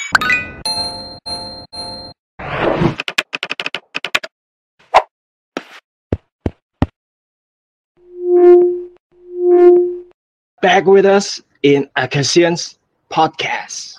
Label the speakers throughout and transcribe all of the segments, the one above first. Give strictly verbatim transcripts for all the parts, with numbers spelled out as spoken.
Speaker 1: Back with us in Akasian's podcast.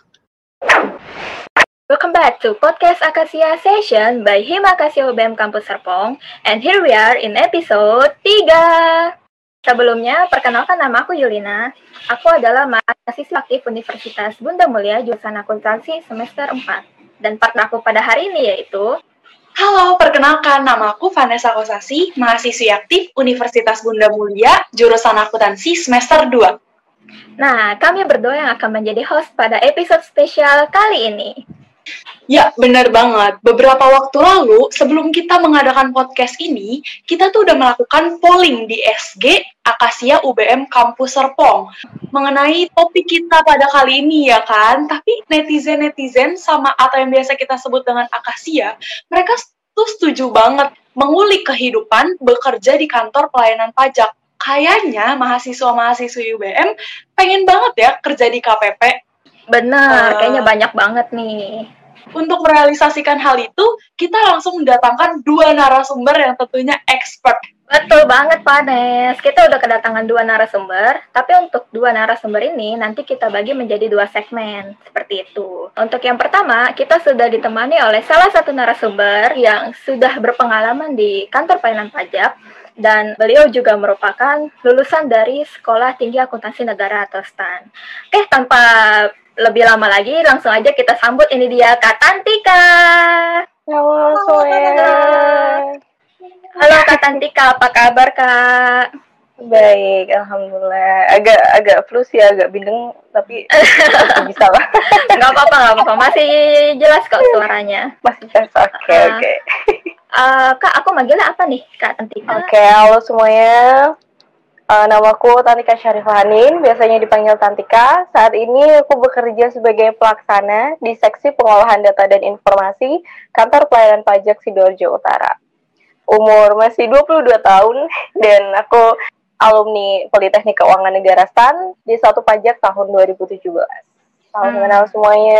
Speaker 2: Welcome back to Podcast Akasia Session by Hima Akasia U B M Kampus Serpong, and here we are in episode tiga. Sebelumnya, perkenalkan nama aku Yulina. Aku adalah mahasiswa aktif Universitas Bunda Mulia jurusan akuntansi semester empat. Dan partner aku pada hari ini yaitu...
Speaker 3: Halo, perkenalkan nama aku Vanessa Kosasi, mahasiswi aktif Universitas Bunda Mulia jurusan akuntansi semester dua.
Speaker 2: Nah, kami berdua yang akan menjadi host pada episode spesial kali ini.
Speaker 3: Ya, benar banget. Beberapa waktu lalu, sebelum kita mengadakan podcast ini, kita tuh udah melakukan polling di S G Akasia U B M Kampus Serpong mengenai topik kita pada kali ini, ya kan? Tapi netizen-netizen sama atau yang biasa kita sebut dengan Akasia, mereka tuh setuju banget mengulik kehidupan bekerja di kantor pelayanan pajak. Kayaknya mahasiswa-mahasiswi U B M pengen banget ya kerja di K P P.
Speaker 2: Bener,
Speaker 3: Uh,
Speaker 2: kayaknya banyak banget nih.
Speaker 3: Untuk merealisasikan hal itu, kita langsung mendatangkan dua narasumber yang tentunya expert.
Speaker 2: Betul banget, Pak Nes. Kita udah kedatangan dua narasumber, tapi untuk dua narasumber ini nanti kita bagi menjadi dua segmen, seperti itu. Untuk yang pertama, kita sudah ditemani oleh salah satu narasumber yang sudah berpengalaman di kantor pelayanan pajak, dan beliau juga merupakan lulusan dari Sekolah Tinggi Akuntansi Negara atau S T A N. Oke, tanpa lebih lama lagi, langsung aja kita sambut, ini dia Kak Tantika.
Speaker 4: Halo semuanya.
Speaker 2: Halo Kak Tantika, apa kabar Kak?
Speaker 4: Baik, alhamdulillah. Agak agak flu sih, agak bindeng, tapi bisa lah.
Speaker 2: Nggak apa-apa, nggak apa-apa. Masih jelas kok suaranya.
Speaker 4: Masih jelas, oke okay,
Speaker 2: Uh,
Speaker 4: oke. Okay.
Speaker 2: Uh, Kak, aku manggilnya apa nih Kak Tantika?
Speaker 4: Oke, okay, halo semuanya. Uh, namaku Tantika Syarifah Hanin, biasanya dipanggil Tantika. Saat ini aku bekerja sebagai pelaksana di Seksi Pengolahan Data dan Informasi Kantor Pelayanan Pajak Sidoarjo Utara. Umur masih dua puluh dua tahun dan aku alumni Politeknik Keuangan Negara S T A N di Satu Pajak tahun dua ribu tujuh belas. Salam
Speaker 2: Hmm.
Speaker 4: kenal semuanya.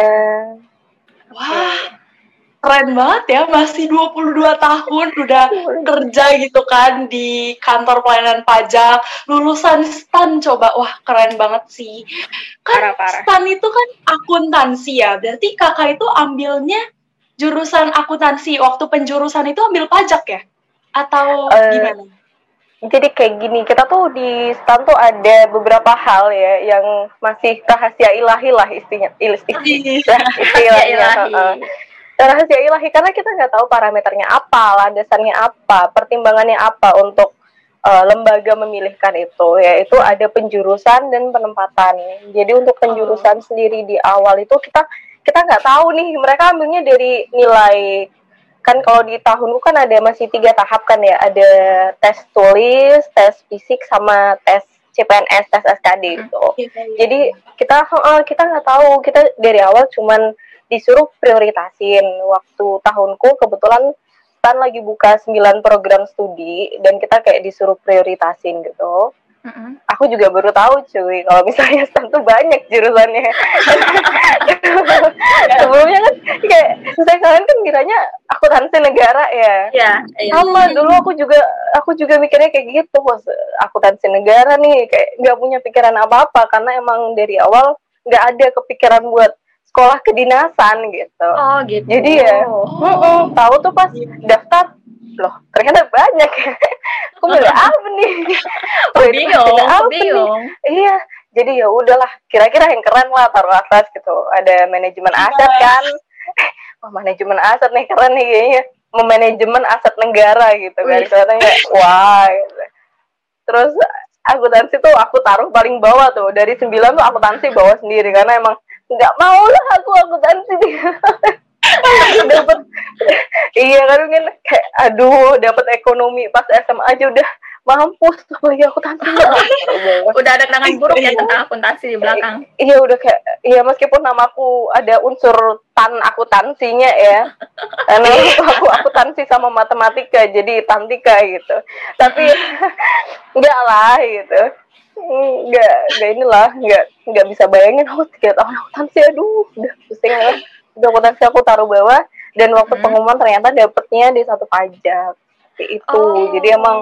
Speaker 3: Wah, keren banget ya, masih dua puluh dua tahun udah kerja gitu kan di kantor pelayanan pajak, lulusan S T A N coba. Wah, keren banget sih. Kan
Speaker 2: Parah-parah.
Speaker 3: S T A N itu kan akuntansi ya, berarti kakak itu ambilnya jurusan akuntansi, waktu penjurusan itu ambil pajak ya? Atau
Speaker 4: Uh,
Speaker 3: gimana?
Speaker 4: Jadi kayak gini, kita tuh di S T A N tuh ada beberapa hal ya yang masih rahasia ilahi lah istinya, istilah, istilahnya.
Speaker 2: ilahi.
Speaker 4: Uh, rahasia ilahi karena kita nggak tahu parameternya apa, landasannya apa, pertimbangannya apa untuk uh, lembaga memilihkan itu. Yaitu ada penjurusan dan penempatan. Jadi untuk penjurusan sendiri di awal itu kita kita nggak tahu nih, mereka ambilnya dari nilai. Kan kalau di tahunku kan ada masih tiga tahap kan ya, ada tes tulis, tes fisik, sama tes C P N S, tes S K D gitu. Jadi kita uh, kita nggak tahu, kita dari awal cuman disuruh prioritasin. Waktu tahunku kebetulan S T A N lagi buka sembilan program studi dan kita kayak disuruh prioritasin gitu.
Speaker 2: Mm-mm.
Speaker 4: Aku juga baru tahu cuy kalau misalnya S T A N tuh banyak jurusannya. Sebelumnya kan kayak saya kalian kan kiranya akuntansi negara ya.
Speaker 2: Ya, iya.
Speaker 4: Sama dulu aku juga aku juga mikirnya kayak gitu, bos, akuntansi negara nih kayak nggak punya pikiran apa-apa karena emang dari awal nggak ada kepikiran buat sekolah kedinasan gitu.
Speaker 2: Oh gitu.
Speaker 4: Jadi ya,
Speaker 2: Oh.
Speaker 4: tahu tuh pas daftar, loh ternyata banyak ya. Aku milih apa nih?
Speaker 2: Oh,
Speaker 4: Wih,
Speaker 2: bingung,
Speaker 4: milih apa
Speaker 2: bingung.
Speaker 4: nih? Iya, jadi ya udahlah, kira-kira yang keren lah taruh atas gitu. Ada manajemen aset kan? Oh, manajemen aset nih keren nih kayaknya. Memanajemen aset negara gitu kan? Katanya wah. Gitu. Terus akuntansi tuh aku taruh paling bawah tuh, dari sembilan tuh akuntansi bawah sendiri karena emang nggak mau lah aku akuntansi. Dapat iya kan kan kayak aduh dapat ekonomi pas S M A aja udah mampus tuh lagi akuntansi.
Speaker 2: Udah ada kenangan buruk ya tentang akuntansi di belakang.
Speaker 4: Iya udah kayak iya meskipun namaku ada unsur tan akuntansinya ya. Karena aku akuntansi sama matematika jadi Tantika gitu. Tapi enggak lah gitu. Enggak, enggak inilah, enggak enggak bisa bayangin oh tiga tahun akuntansi aduh udah pusing lah. akuntansi aku taruh bawah, dan waktu
Speaker 2: Hmm.
Speaker 4: pengumuman ternyata dapetnya di satu pajak. Kayak itu.
Speaker 2: Oh.
Speaker 4: Jadi emang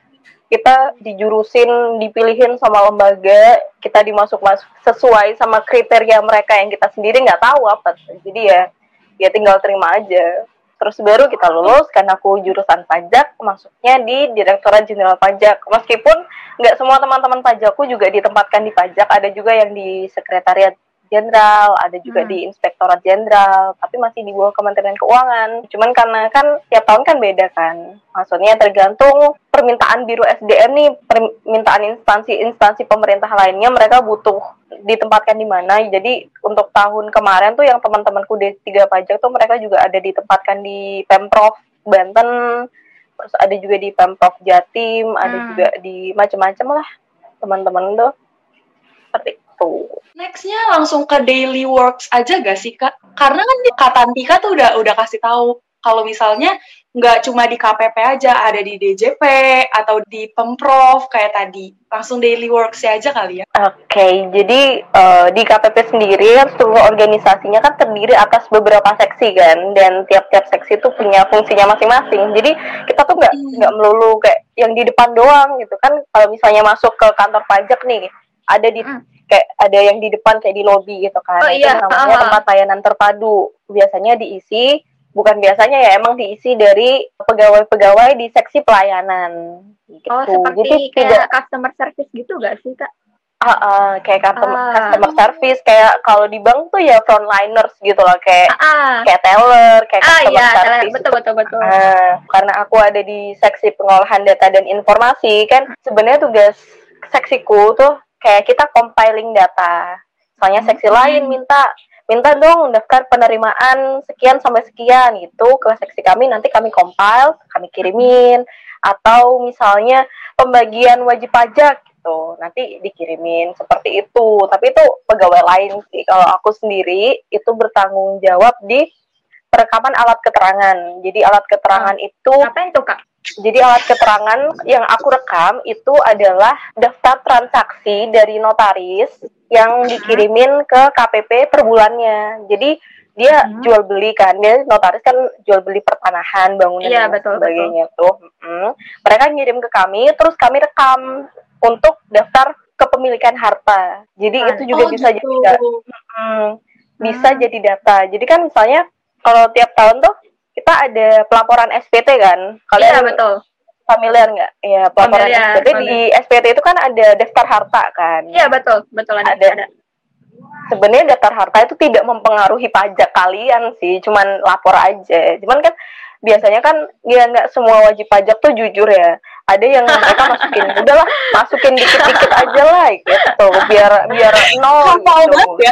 Speaker 4: kita dijurusin, dipilihin sama lembaga, kita dimasuk masuk sesuai sama kriteria mereka yang kita sendiri nggak tahu apa. Jadi ya, ya tinggal terima aja. Terus baru kita lulus, karena aku jurusan pajak, masuknya di Direktorat Jenderal Pajak. Meskipun nggak semua teman-teman pajakku juga ditempatkan di pajak, ada juga yang di Sekretariat Jenderal, ada juga
Speaker 2: Hmm.
Speaker 4: di Inspektorat Jenderal, tapi masih di bawah Kementerian Keuangan. Cuman karena kan tiap tahun kan beda kan. Maksudnya tergantung permintaan Biro S D M nih, permintaan instansi-instansi pemerintah lainnya, mereka butuh ditempatkan di mana. Jadi untuk tahun kemarin tuh yang teman-temanku D tiga pajak tuh mereka juga ada ditempatkan di Pemprov Banten, terus ada juga di Pemprov Jatim, ada
Speaker 2: Hmm.
Speaker 4: juga di macam-macam lah teman-teman tuh. Seperti itu.
Speaker 3: Nextnya langsung ke daily works aja gak sih Kak? Karena kan di Kak Tantika tuh udah udah kasih tahu kalau misalnya nggak cuma di K P P aja, ada di D J P atau di Pemprov kayak tadi. Langsung daily works-nya aja kali ya.
Speaker 4: Oke, jadi uh, di K P P sendiri kan struktur organisasinya kan terdiri atas beberapa seksi kan, dan tiap-tiap seksi itu punya fungsinya masing-masing. Jadi kita tuh nggak nggak hmm. melulu kayak yang di depan doang gitu kan. Kalau misalnya masuk ke kantor pajak nih, ada di hmm. kayak ada yang di depan kayak di lobi gitu kan.
Speaker 2: Oh,
Speaker 4: itu
Speaker 2: iya.
Speaker 4: namanya uh-huh. tempat layanan terpadu. Biasanya diisi bukan biasanya ya emang diisi dari pegawai-pegawai di seksi pelayanan gitu.
Speaker 2: Oh, seperti
Speaker 4: jadi
Speaker 2: kayak
Speaker 4: tidak
Speaker 2: customer service gitu gak sih Kak?
Speaker 4: Uh, uh, kayak customer,
Speaker 2: ah.
Speaker 4: customer service, kayak kalau di bank tuh ya frontliners gitu loh, kayak
Speaker 2: ah.
Speaker 4: kayak teller, kayak
Speaker 2: ah,
Speaker 4: customer
Speaker 2: iya,
Speaker 4: service.
Speaker 2: Betul betul betul.
Speaker 4: Uh, karena aku ada di seksi pengolahan data dan informasi kan, sebenarnya tugas seksiku tuh kayak kita compiling data. Soalnya seksi hmm. lain minta minta dong daftar penerimaan sekian sampai sekian gitu ke seksi kami, nanti kami compile, kami kirimin. Atau misalnya pembagian wajib pajak gitu, nanti dikirimin seperti itu. Tapi itu pegawai lain sih. Kalau aku sendiri itu bertanggung jawab di perekaman alat keterangan. Jadi alat keterangan hmm. itu
Speaker 2: apa itu Kak?
Speaker 4: Jadi alat keterangan yang aku rekam itu adalah daftar transaksi dari notaris yang dikirimin ke K P P per bulannya. Jadi dia hmm. jual beli kan, dia notaris kan jual beli pertanahan, bangunan
Speaker 2: iya,
Speaker 4: dan
Speaker 2: betul,
Speaker 4: sebagainya
Speaker 2: betul.
Speaker 4: tuh. Hmm. Mereka ngirim ke kami, terus kami rekam untuk daftar kepemilikan harta. Jadi ah. itu juga
Speaker 3: oh,
Speaker 4: bisa
Speaker 3: gitu.
Speaker 4: jadi hmm, bisa hmm. jadi data. Jadi kan misalnya kalau tiap tahun tuh kita ada pelaporan S P T kan. Kalian
Speaker 2: iya, betul.
Speaker 4: Familiar nggak? Ya, pelaporan familiar, S P T familiar. Di S P T itu kan ada daftar harta kan.
Speaker 2: Iya, betul. Betul ada.
Speaker 4: ada.
Speaker 2: ada.
Speaker 4: Sebenarnya daftar harta itu tidak mempengaruhi pajak kalian sih, cuman lapor aja. Cuman kan biasanya kan ya nggak semua wajib pajak tuh jujur ya. Ada yang mereka masukin, udahlah masukin dikit-dikit aja lah gitu, biar biar nol gitu.
Speaker 3: Ya?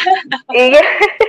Speaker 4: Iya.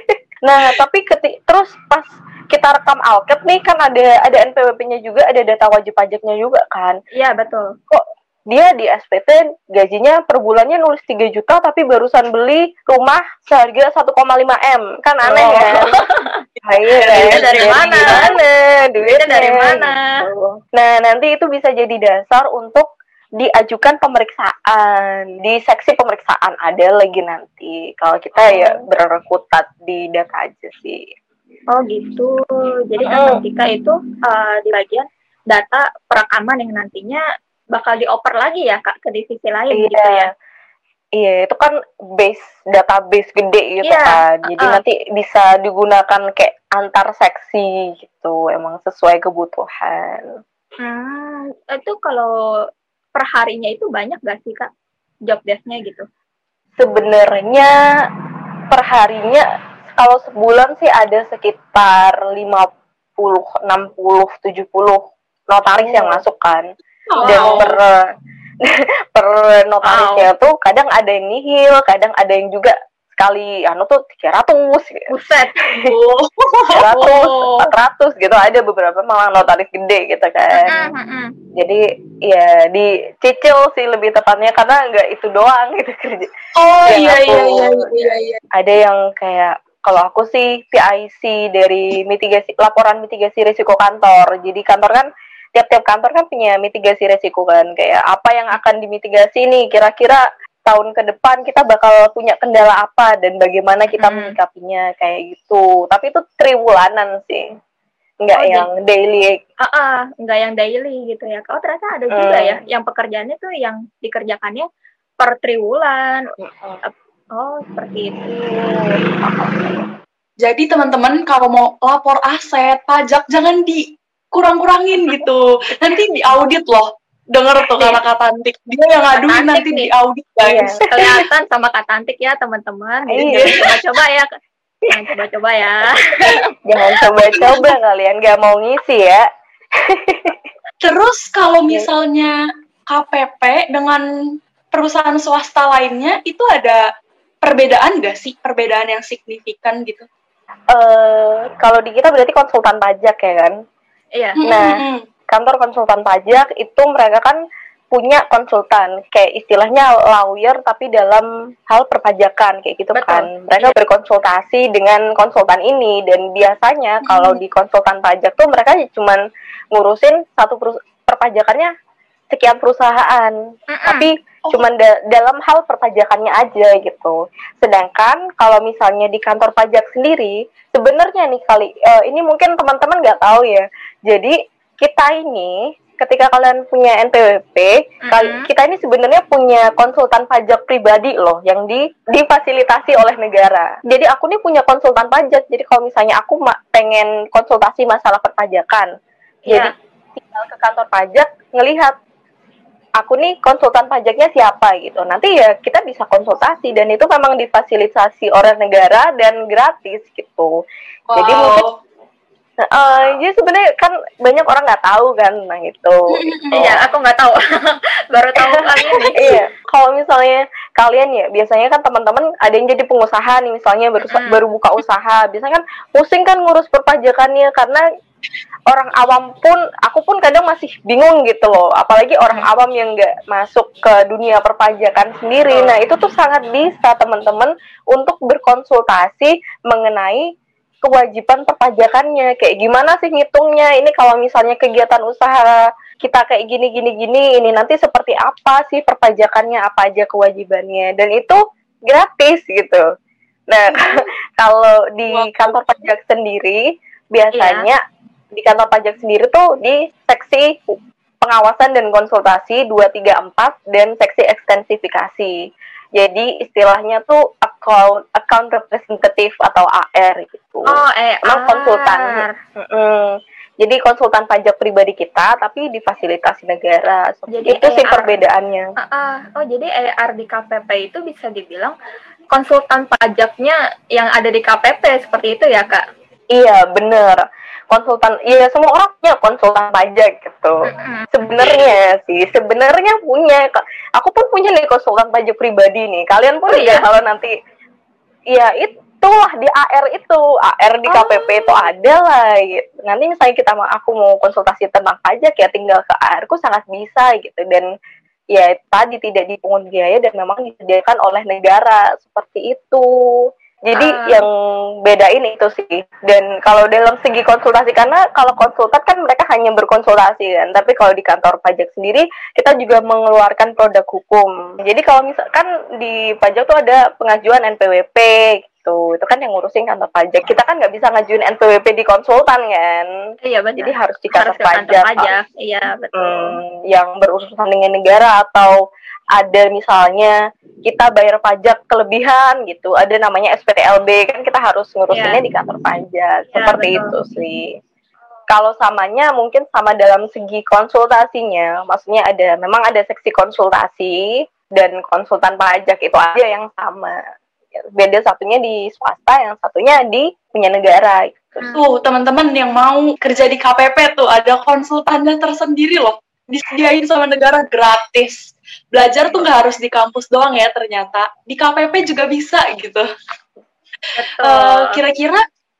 Speaker 4: Nah, tapi ketik terus pas kita rekam alket nih kan ada ada N P W P-nya juga, ada data wajib pajaknya juga kan.
Speaker 2: Iya, betul.
Speaker 4: Kok dia di S P T gajinya per bulannya nulis tiga juta tapi barusan beli rumah seharga satu koma lima M. Kan aneh oh. kan? Nah, iya,
Speaker 2: duitnya dari, dari mana?
Speaker 4: mana? Duitnya
Speaker 2: dari mana?
Speaker 4: Gitu. Nah, nanti itu bisa jadi dasar untuk diajukan pemeriksaan. Di seksi pemeriksaan ada lagi nanti. Kalau kita oh. ya berkutat di data aja sih.
Speaker 2: Oh gitu. Jadi kan ketika itu uh, di bagian data perekaman yang nantinya bakal dioper lagi ya Kak ke divisi lain
Speaker 4: iya.
Speaker 2: gitu ya.
Speaker 4: Iya, itu kan base database gede gitu iya. kan. Jadi uh. nanti bisa digunakan kayak antar seksi gitu. Emang sesuai kebutuhan.
Speaker 2: Hmm, itu kalau per harinya itu banyak gak sih Kak job desk-nya gitu?
Speaker 4: Sebenarnya per harinya kalau sebulan sih ada sekitar lima puluh, enam puluh, tujuh puluh notaris oh. yang masuk kan. Oh. Dan per per notarisnya wow. tuh kadang ada yang nihil, kadang ada yang juga sekali anu tuh tiga ratus gitu.
Speaker 2: Buset.
Speaker 4: Oh. tiga ratus, empat ratus gitu, ada beberapa malah notaris gede gitu kan. Uh, uh, uh. Jadi ya dicicil sih lebih tepatnya karena nggak itu doang gitu kerja.
Speaker 3: Oh iya, iya iya iya iya.
Speaker 4: Ada yang kayak kalau aku sih P I C dari mitigasi laporan mitigasi risiko kantor. Jadi kantor kan tiap-tiap kantor kan punya mitigasi risiko kan, kayak apa yang akan dimitigasi nih kira-kira tahun ke depan kita bakal punya kendala apa dan bagaimana kita
Speaker 2: Hmm.
Speaker 4: menyikapinya kayak gitu. Tapi itu triwulanan sih, nggak
Speaker 2: Oh,
Speaker 4: yang daily.
Speaker 2: Ah, ah, nggak yang daily gitu ya. Oh, ternyata ada juga
Speaker 4: Hmm.
Speaker 2: ya yang pekerjaannya tuh yang dikerjakannya per triwulan. Oh, seperti itu.
Speaker 3: Jadi teman-teman kalau mau lapor aset, pajak, jangan dikurang-kurangin gitu. Nanti diaudit loh. Dengar tuh
Speaker 2: Iya.
Speaker 3: kata Kak Tantik. Dia yang ngaduin
Speaker 2: Kak
Speaker 3: nanti
Speaker 2: Tantik nih.
Speaker 3: diaudit guys.
Speaker 4: Iya.
Speaker 2: Kelihatan sama Kak Tantik ya teman-teman. Jadi
Speaker 4: Iya.
Speaker 2: jangan coba-coba ya. Jangan coba-coba ya.
Speaker 4: Jangan coba-coba kalian nggak mau ngisi ya.
Speaker 3: Terus kalau misalnya K P P dengan perusahaan swasta lainnya, itu ada perbedaan nggak sih? Perbedaan yang signifikan gitu?
Speaker 4: Eh, kalau di kita berarti konsultan pajak ya kan.
Speaker 2: Iya.
Speaker 4: Nah,
Speaker 3: Mm-mm.
Speaker 4: kantor konsultan pajak itu mereka kan punya konsultan, kayak istilahnya lawyer tapi dalam hal perpajakan kayak gitu.
Speaker 2: Betul.
Speaker 4: Kan. Mereka berkonsultasi dengan konsultan ini dan biasanya kalau di konsultan pajak tuh mereka cuman ngurusin satu perus- perpajakannya sekian perusahaan,
Speaker 2: Mm-mm.
Speaker 4: tapi
Speaker 3: Oh.
Speaker 4: cuman da- dalam hal perpajakannya aja gitu. Sedangkan kalau misalnya di kantor pajak sendiri, sebenarnya nih kali eh, ini mungkin teman-teman nggak tahu ya. Jadi kita ini ketika kalian punya N P W P, kal-
Speaker 2: Mm-mm.
Speaker 4: kita ini sebenarnya punya konsultan pajak pribadi loh yang di difasilitasi oleh negara. Jadi aku nih punya konsultan pajak. Jadi kalau misalnya aku ma- pengen konsultasi masalah perpajakan, jadi
Speaker 2: Iya.
Speaker 4: tinggal ke kantor pajak ngelihat aku nih konsultan pajaknya siapa gitu. Nanti ya kita bisa konsultasi dan itu memang difasilitasi oleh negara dan gratis gitu.
Speaker 3: Wow.
Speaker 4: Jadi mungkin eh jadi sebenarnya kan banyak orang nggak tahu kan tentang itu. gitu.
Speaker 2: Iya, aku nggak tahu. Baru tahu kali ini.
Speaker 4: Iya, kalau misalnya kalian ya biasanya kan teman-teman ada yang jadi pengusaha nih misalnya baru
Speaker 2: Mm.
Speaker 4: baru buka usaha, biasanya kan pusing kan ngurus perpajakannya karena orang awam pun, aku pun kadang masih bingung gitu loh, apalagi orang awam yang nggak masuk ke dunia perpajakan sendiri. Nah itu tuh sangat bisa teman-teman untuk berkonsultasi mengenai kewajiban perpajakannya, kayak gimana sih ngitungnya, ini kalau misalnya kegiatan usaha kita kayak gini gini gini, ini nanti seperti apa sih perpajakannya, apa aja kewajibannya, dan itu gratis gitu. Nah kalau di kantor pajak sendiri biasanya di kantor pajak sendiri tuh di seksi pengawasan dan konsultasi dua tiga empat dan seksi ekstensifikasi. Jadi istilahnya tuh account account representative atau A R gitu.
Speaker 2: Oh, eh,
Speaker 4: Emang konsultan. Mm-mm. Jadi konsultan pajak pribadi kita tapi difasilitasi negara.
Speaker 2: Jadi
Speaker 4: itu sih
Speaker 2: A R.
Speaker 4: perbedaannya.
Speaker 2: Ah, ah. Oh, jadi E R di K P P itu bisa dibilang konsultan pajaknya yang ada di K P P seperti itu ya, Kak?
Speaker 4: Iya, bener. Konsultan, iya semua orang punya konsultan pajak gitu.
Speaker 2: Mm-mm.
Speaker 4: Sebenarnya sih, sebenarnya punya. Aku pun punya nih konsultan pajak pribadi nih. Kalian pun
Speaker 2: Oh,
Speaker 4: juga
Speaker 2: iya?
Speaker 4: kalau nanti, iya itulah di A R itu, A R di K P P itu ada lah. Gitu. Nanti misalnya kita mau, aku mau konsultasi tentang pajak ya tinggal ke A R ku sangat bisa gitu. Dan ya tadi tidak dipungut biaya dan memang disediakan oleh negara seperti itu. Jadi
Speaker 2: Ah.
Speaker 4: yang bedain itu sih. Dan kalau dalam segi konsultasi, karena kalau konsultan kan mereka hanya berkonsultasi kan. Tapi kalau di kantor pajak sendiri, kita juga mengeluarkan produk hukum. Jadi kalau misalkan di pajak tuh ada pengajuan N P W P gitu. Itu kan yang ngurusin kantor pajak. Kita kan nggak bisa ngajuin N P W P di konsultan kan.
Speaker 2: Iya, benar.
Speaker 4: Jadi harus di kantor
Speaker 2: Harus ke kantor
Speaker 4: pajak.
Speaker 2: pajak. Iya, betul.
Speaker 4: Hmm, yang berurusan dengan negara atau ada misalnya kita bayar pajak kelebihan gitu, ada namanya S P T L B kan kita harus ngurusinnya
Speaker 2: Ya.
Speaker 4: di kantor pajak,
Speaker 2: Ya,
Speaker 4: seperti
Speaker 2: betul.
Speaker 4: itu sih. Kalau samanya mungkin sama dalam segi konsultasinya, maksudnya ada memang ada seksi konsultasi dan konsultan pajak itu aja yang sama. Beda satunya di swasta, yang satunya di punya negara. Gitu.
Speaker 3: Tuh, teman-teman yang mau kerja di K P P tuh ada konsultannya tersendiri loh. Disediain sama negara gratis. Belajar tuh nggak harus di kampus doang ya ternyata. Di K P P juga bisa gitu.
Speaker 2: Betul.
Speaker 3: Eh, kira-kira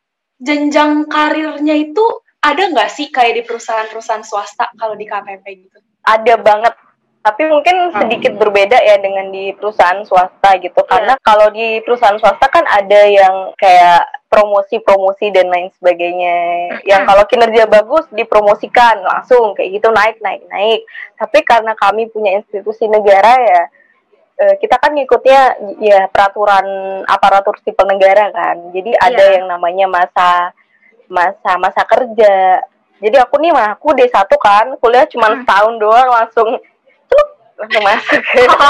Speaker 3: jenjang karirnya itu ada nggak sih kayak di perusahaan-perusahaan swasta kalau di K P P gitu?
Speaker 4: Ada banget, tapi mungkin sedikit berbeda ya dengan di perusahaan swasta gitu. Karena kalau di perusahaan swasta kan ada yang kayak promosi-promosi dan lain sebagainya. Yang kalau kinerja bagus dipromosikan langsung kayak gitu, naik naik naik. Tapi karena kami punya institusi negara ya, uh, kita kan ngikutnya ya peraturan aparatur sipil negara kan. Jadi ada
Speaker 2: Iya.
Speaker 4: yang namanya masa masa masa kerja. Jadi aku nih mah aku D satu kan, kuliah cuma
Speaker 2: Hmm.
Speaker 4: setahun doang langsung celuk, langsung masuk.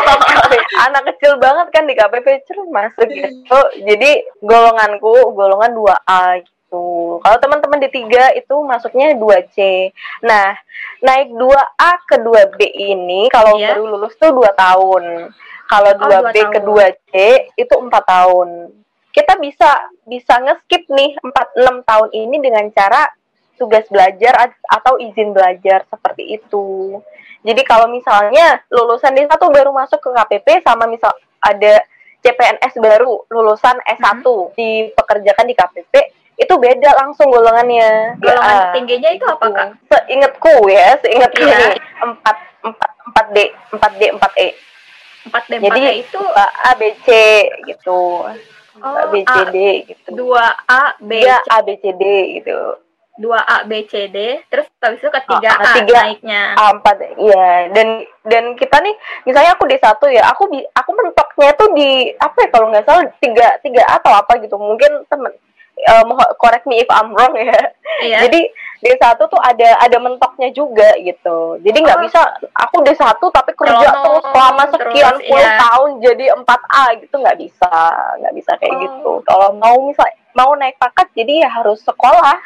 Speaker 4: Anak kecil banget kan di K P P celuk masuk gitu. Jadi golonganku golongan dua A gitu. Kalau teman-teman D tiga itu masuknya dua C. Nah, naik dua A ke dua B ini kalau
Speaker 2: Iya.
Speaker 4: baru lulus tuh dua tahun. Kalau
Speaker 2: Oh,
Speaker 4: dua
Speaker 2: dua
Speaker 4: B ke
Speaker 2: tahun.
Speaker 4: dua C itu empat tahun. Kita bisa bisa nge-skip nih empat enam tahun ini dengan cara tugas belajar atau izin belajar seperti itu. Jadi kalau misalnya lulusan D satu baru masuk ke K P P sama misal ada C P N S baru lulusan S satu
Speaker 2: Mm-hmm.
Speaker 4: dipekerjakan di K P P, itu beda langsung golongannya.
Speaker 2: Golongan
Speaker 4: Ya,
Speaker 2: tertingginya itu apa, Kak?
Speaker 4: Seingatku ya, seingatku
Speaker 2: Iya.
Speaker 4: nih empat empat empat D, empat D, empat E.
Speaker 2: empat D empat
Speaker 4: Jadi
Speaker 2: E itu
Speaker 4: A B C gitu.
Speaker 2: oh,
Speaker 4: A B C D gitu.
Speaker 2: dua A B
Speaker 4: Iya,
Speaker 2: C
Speaker 4: A B C D gitu.
Speaker 2: dua A B C D, terus habis itu ketiga
Speaker 4: Ah,
Speaker 2: A
Speaker 4: tiga.
Speaker 2: naiknya.
Speaker 4: A empat, iya. Dan dan kita nih, misalnya aku D satu ya, aku bi- aku mentoknya tuh di apa ya kalau nggak salah tiga tiga A atau apa gitu. Mungkin temen uh, mohon correct me if I'm wrong ya.
Speaker 2: Iya.
Speaker 4: Jadi D satu tuh ada ada mentoknya juga gitu. Jadi nggak
Speaker 2: Oh.
Speaker 4: bisa aku D satu tapi kerja
Speaker 2: Nyelonong
Speaker 4: terus selama
Speaker 2: terus,
Speaker 4: sekian puluh
Speaker 2: iya.
Speaker 4: tahun jadi empat A gitu nggak bisa, nggak bisa kayak
Speaker 2: Oh.
Speaker 4: gitu. Kalau mau misal mau naik pangkat jadi ya harus sekolah.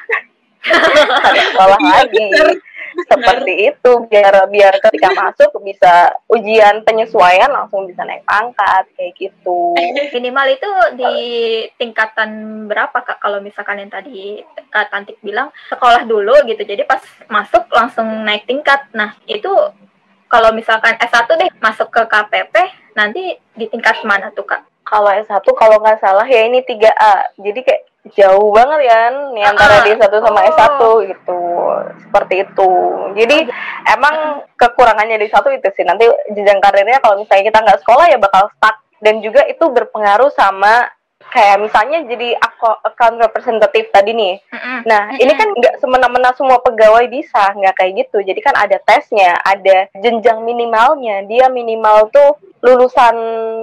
Speaker 4: harus sekolah lagi. Seperti itu biar biar ketika masuk bisa ujian penyesuaian langsung bisa naik pangkat kayak gitu.
Speaker 2: Minimal itu di tingkatan berapa, Kak? Kalau misalkan yang tadi Kak Tantik bilang sekolah dulu gitu, jadi pas masuk langsung naik tingkat. Nah, itu kalau misalkan S satu deh masuk ke K P P, nanti di tingkat mana tuh, Kak?
Speaker 4: Kalau S satu kalau nggak salah ya ini tiga A. Jadi kayak jauh banget kan nih antara D satu sama
Speaker 2: Oh.
Speaker 4: S satu gitu. Seperti itu. Jadi emang kekurangannya D satu itu sih. Nanti jenjang karirnya kalau misalnya kita nggak sekolah ya bakal stuck. Dan juga itu berpengaruh sama kayak misalnya jadi ako- account representative tadi nih.
Speaker 2: Mm-mm.
Speaker 4: Nah,
Speaker 2: Mm-mm.
Speaker 4: ini kan nggak semena-mena semua pegawai bisa, nggak kayak gitu. Jadi kan ada tesnya, ada jenjang minimalnya. Dia minimal tuh lulusan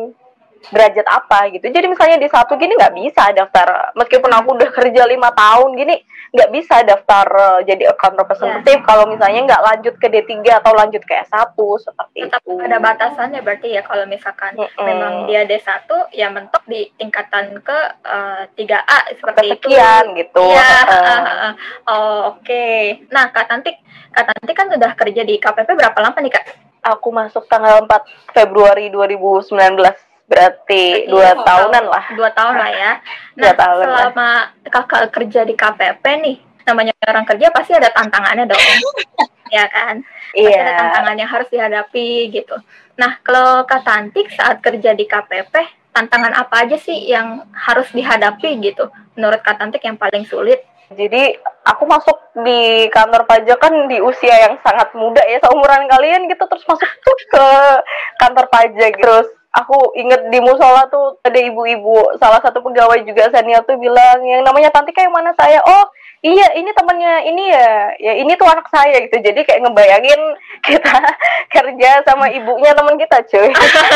Speaker 4: derajat apa gitu. Jadi misalnya di satu gini nggak bisa daftar, meskipun aku udah kerja lima tahun gini, nggak bisa daftar uh, jadi account representative kalau misalnya nggak lanjut ke D tiga atau lanjut ke S satu seperti
Speaker 2: Tetap
Speaker 4: itu.
Speaker 2: ada batasannya berarti ya, kalau misalkan
Speaker 4: Mm-mm.
Speaker 2: memang dia D satu ya mentok di tingkatan ke eh, tiga A seperti itu.
Speaker 4: Kesekian gitu.
Speaker 2: Iya.
Speaker 4: Uh,
Speaker 2: Oh, oke. Nah, Kak Tantik, Kak Tantik kan udah kerja di K P P berapa lama nih, Kak?
Speaker 4: aku masuk tanggal empat Februari dua ribu sembilan belas. Berarti
Speaker 2: Berarti
Speaker 4: dua
Speaker 2: total
Speaker 4: tahunan lah.
Speaker 2: Dua tahun lah ya.
Speaker 4: Dua
Speaker 2: Nah,
Speaker 4: tahun lah.
Speaker 2: selama kakak kerja di K P P nih, namanya orang kerja pasti ada tantangannya dong. Ya kan? Pasti
Speaker 4: Iya.
Speaker 2: ada tantangan yang harus dihadapi gitu. Nah, kalau Kak Tantik saat kerja di K P P, tantangan apa aja sih yang harus dihadapi gitu? Menurut Kak Tantik yang paling sulit?
Speaker 4: Jadi aku masuk di kantor pajak kan di usia yang sangat muda ya, seumuran kalian gitu, terus masuk tuh ke kantor pajak. Terus aku inget di musola tuh ada ibu-ibu, salah satu pegawai juga senior tuh bilang, yang namanya Tantika yang mana saya? Oh iya, ini temannya ini ya, ya ini tuh anak saya gitu. Jadi kayak ngebayangin kita kerja sama ibunya teman kita cuy.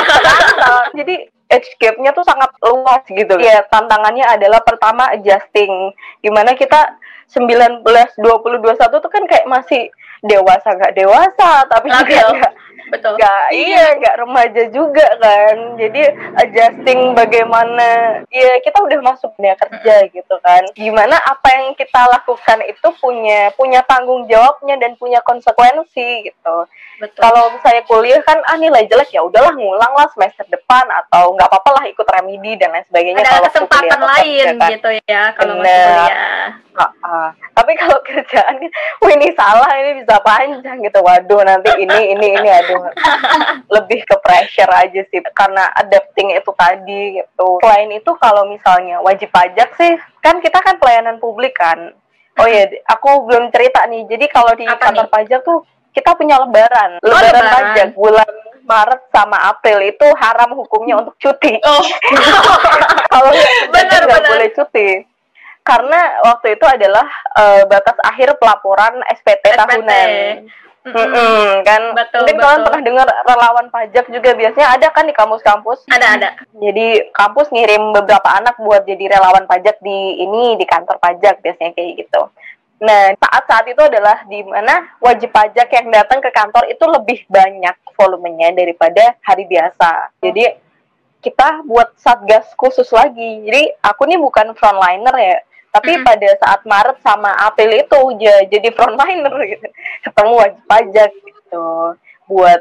Speaker 4: Jadi age gap-nya tuh sangat luas gitu. Ya, tantangannya adalah pertama adjusting. Gimana kita sembilan belas, dua puluh, dua puluh satu tuh kan kayak masih dewasa nggak dewasa, tapi juga
Speaker 2: Labil.
Speaker 4: nggak
Speaker 2: Betul.
Speaker 4: nggak iya nggak remaja juga kan. Jadi adjusting bagaimana ya kita udah masuk dunia kerja gitu kan. Gimana apa yang kita lakukan itu punya punya tanggung jawabnya dan punya konsekuensi gitu.
Speaker 2: Betul.
Speaker 4: Kalau misalnya kuliah kan ah nilai jelek ya udahlah ngulang lah semester depan atau nggak apa-apa lah ikut remedi dan lain sebagainya.
Speaker 2: Ada
Speaker 4: kalau
Speaker 2: kesempatan
Speaker 4: kuliah atau
Speaker 2: lain
Speaker 4: kerja, kan.
Speaker 2: gitu ya kalau masih
Speaker 4: Bener.
Speaker 2: kuliah.
Speaker 4: Ah, ah. Tapi kalau kerjaan kan, wah ini salah, ini bisa panjang gitu. Waduh, nanti ini, ini, ini, aduh. Lebih ke pressure aja sih, karena adapting itu tadi gitu. Selain itu kalau misalnya wajib pajak sih, kan kita kan pelayanan publik kan. Oh iya, aku belum cerita nih. Jadi kalau di
Speaker 2: Apa
Speaker 4: kantor
Speaker 2: nih?
Speaker 4: pajak tuh, kita punya lebaran.
Speaker 2: Oh,
Speaker 4: Lebaran
Speaker 2: lebaran.
Speaker 4: pajak, bulan Maret sama April itu haram hukumnya untuk cuti.
Speaker 3: Oh,
Speaker 4: Kalau nggak
Speaker 2: Benar,
Speaker 4: nggak
Speaker 2: benar.
Speaker 4: boleh cuti. Karena waktu itu adalah eh, batas akhir pelaporan S P T
Speaker 2: S P T.
Speaker 4: tahunan. Mm-mm, kan
Speaker 2: Betul,
Speaker 4: mungkin
Speaker 2: betul.
Speaker 4: kalian pernah dengar relawan pajak juga, biasanya ada kan di kampus-kampus.
Speaker 2: Ada ada.
Speaker 4: Jadi kampus ngirim beberapa anak buat jadi relawan pajak di ini di kantor pajak, biasanya kayak gitu. Nah, saat-saat itu adalah di mana wajib pajak yang datang ke kantor itu lebih banyak volumenya daripada hari biasa. Jadi kita buat satgas khusus lagi. Jadi aku nih bukan frontliner ya, tapi
Speaker 2: Mm-mm.
Speaker 4: pada saat Maret sama April itu ja- jadi frontliner gitu. Ketemu wajib pajak gitu buat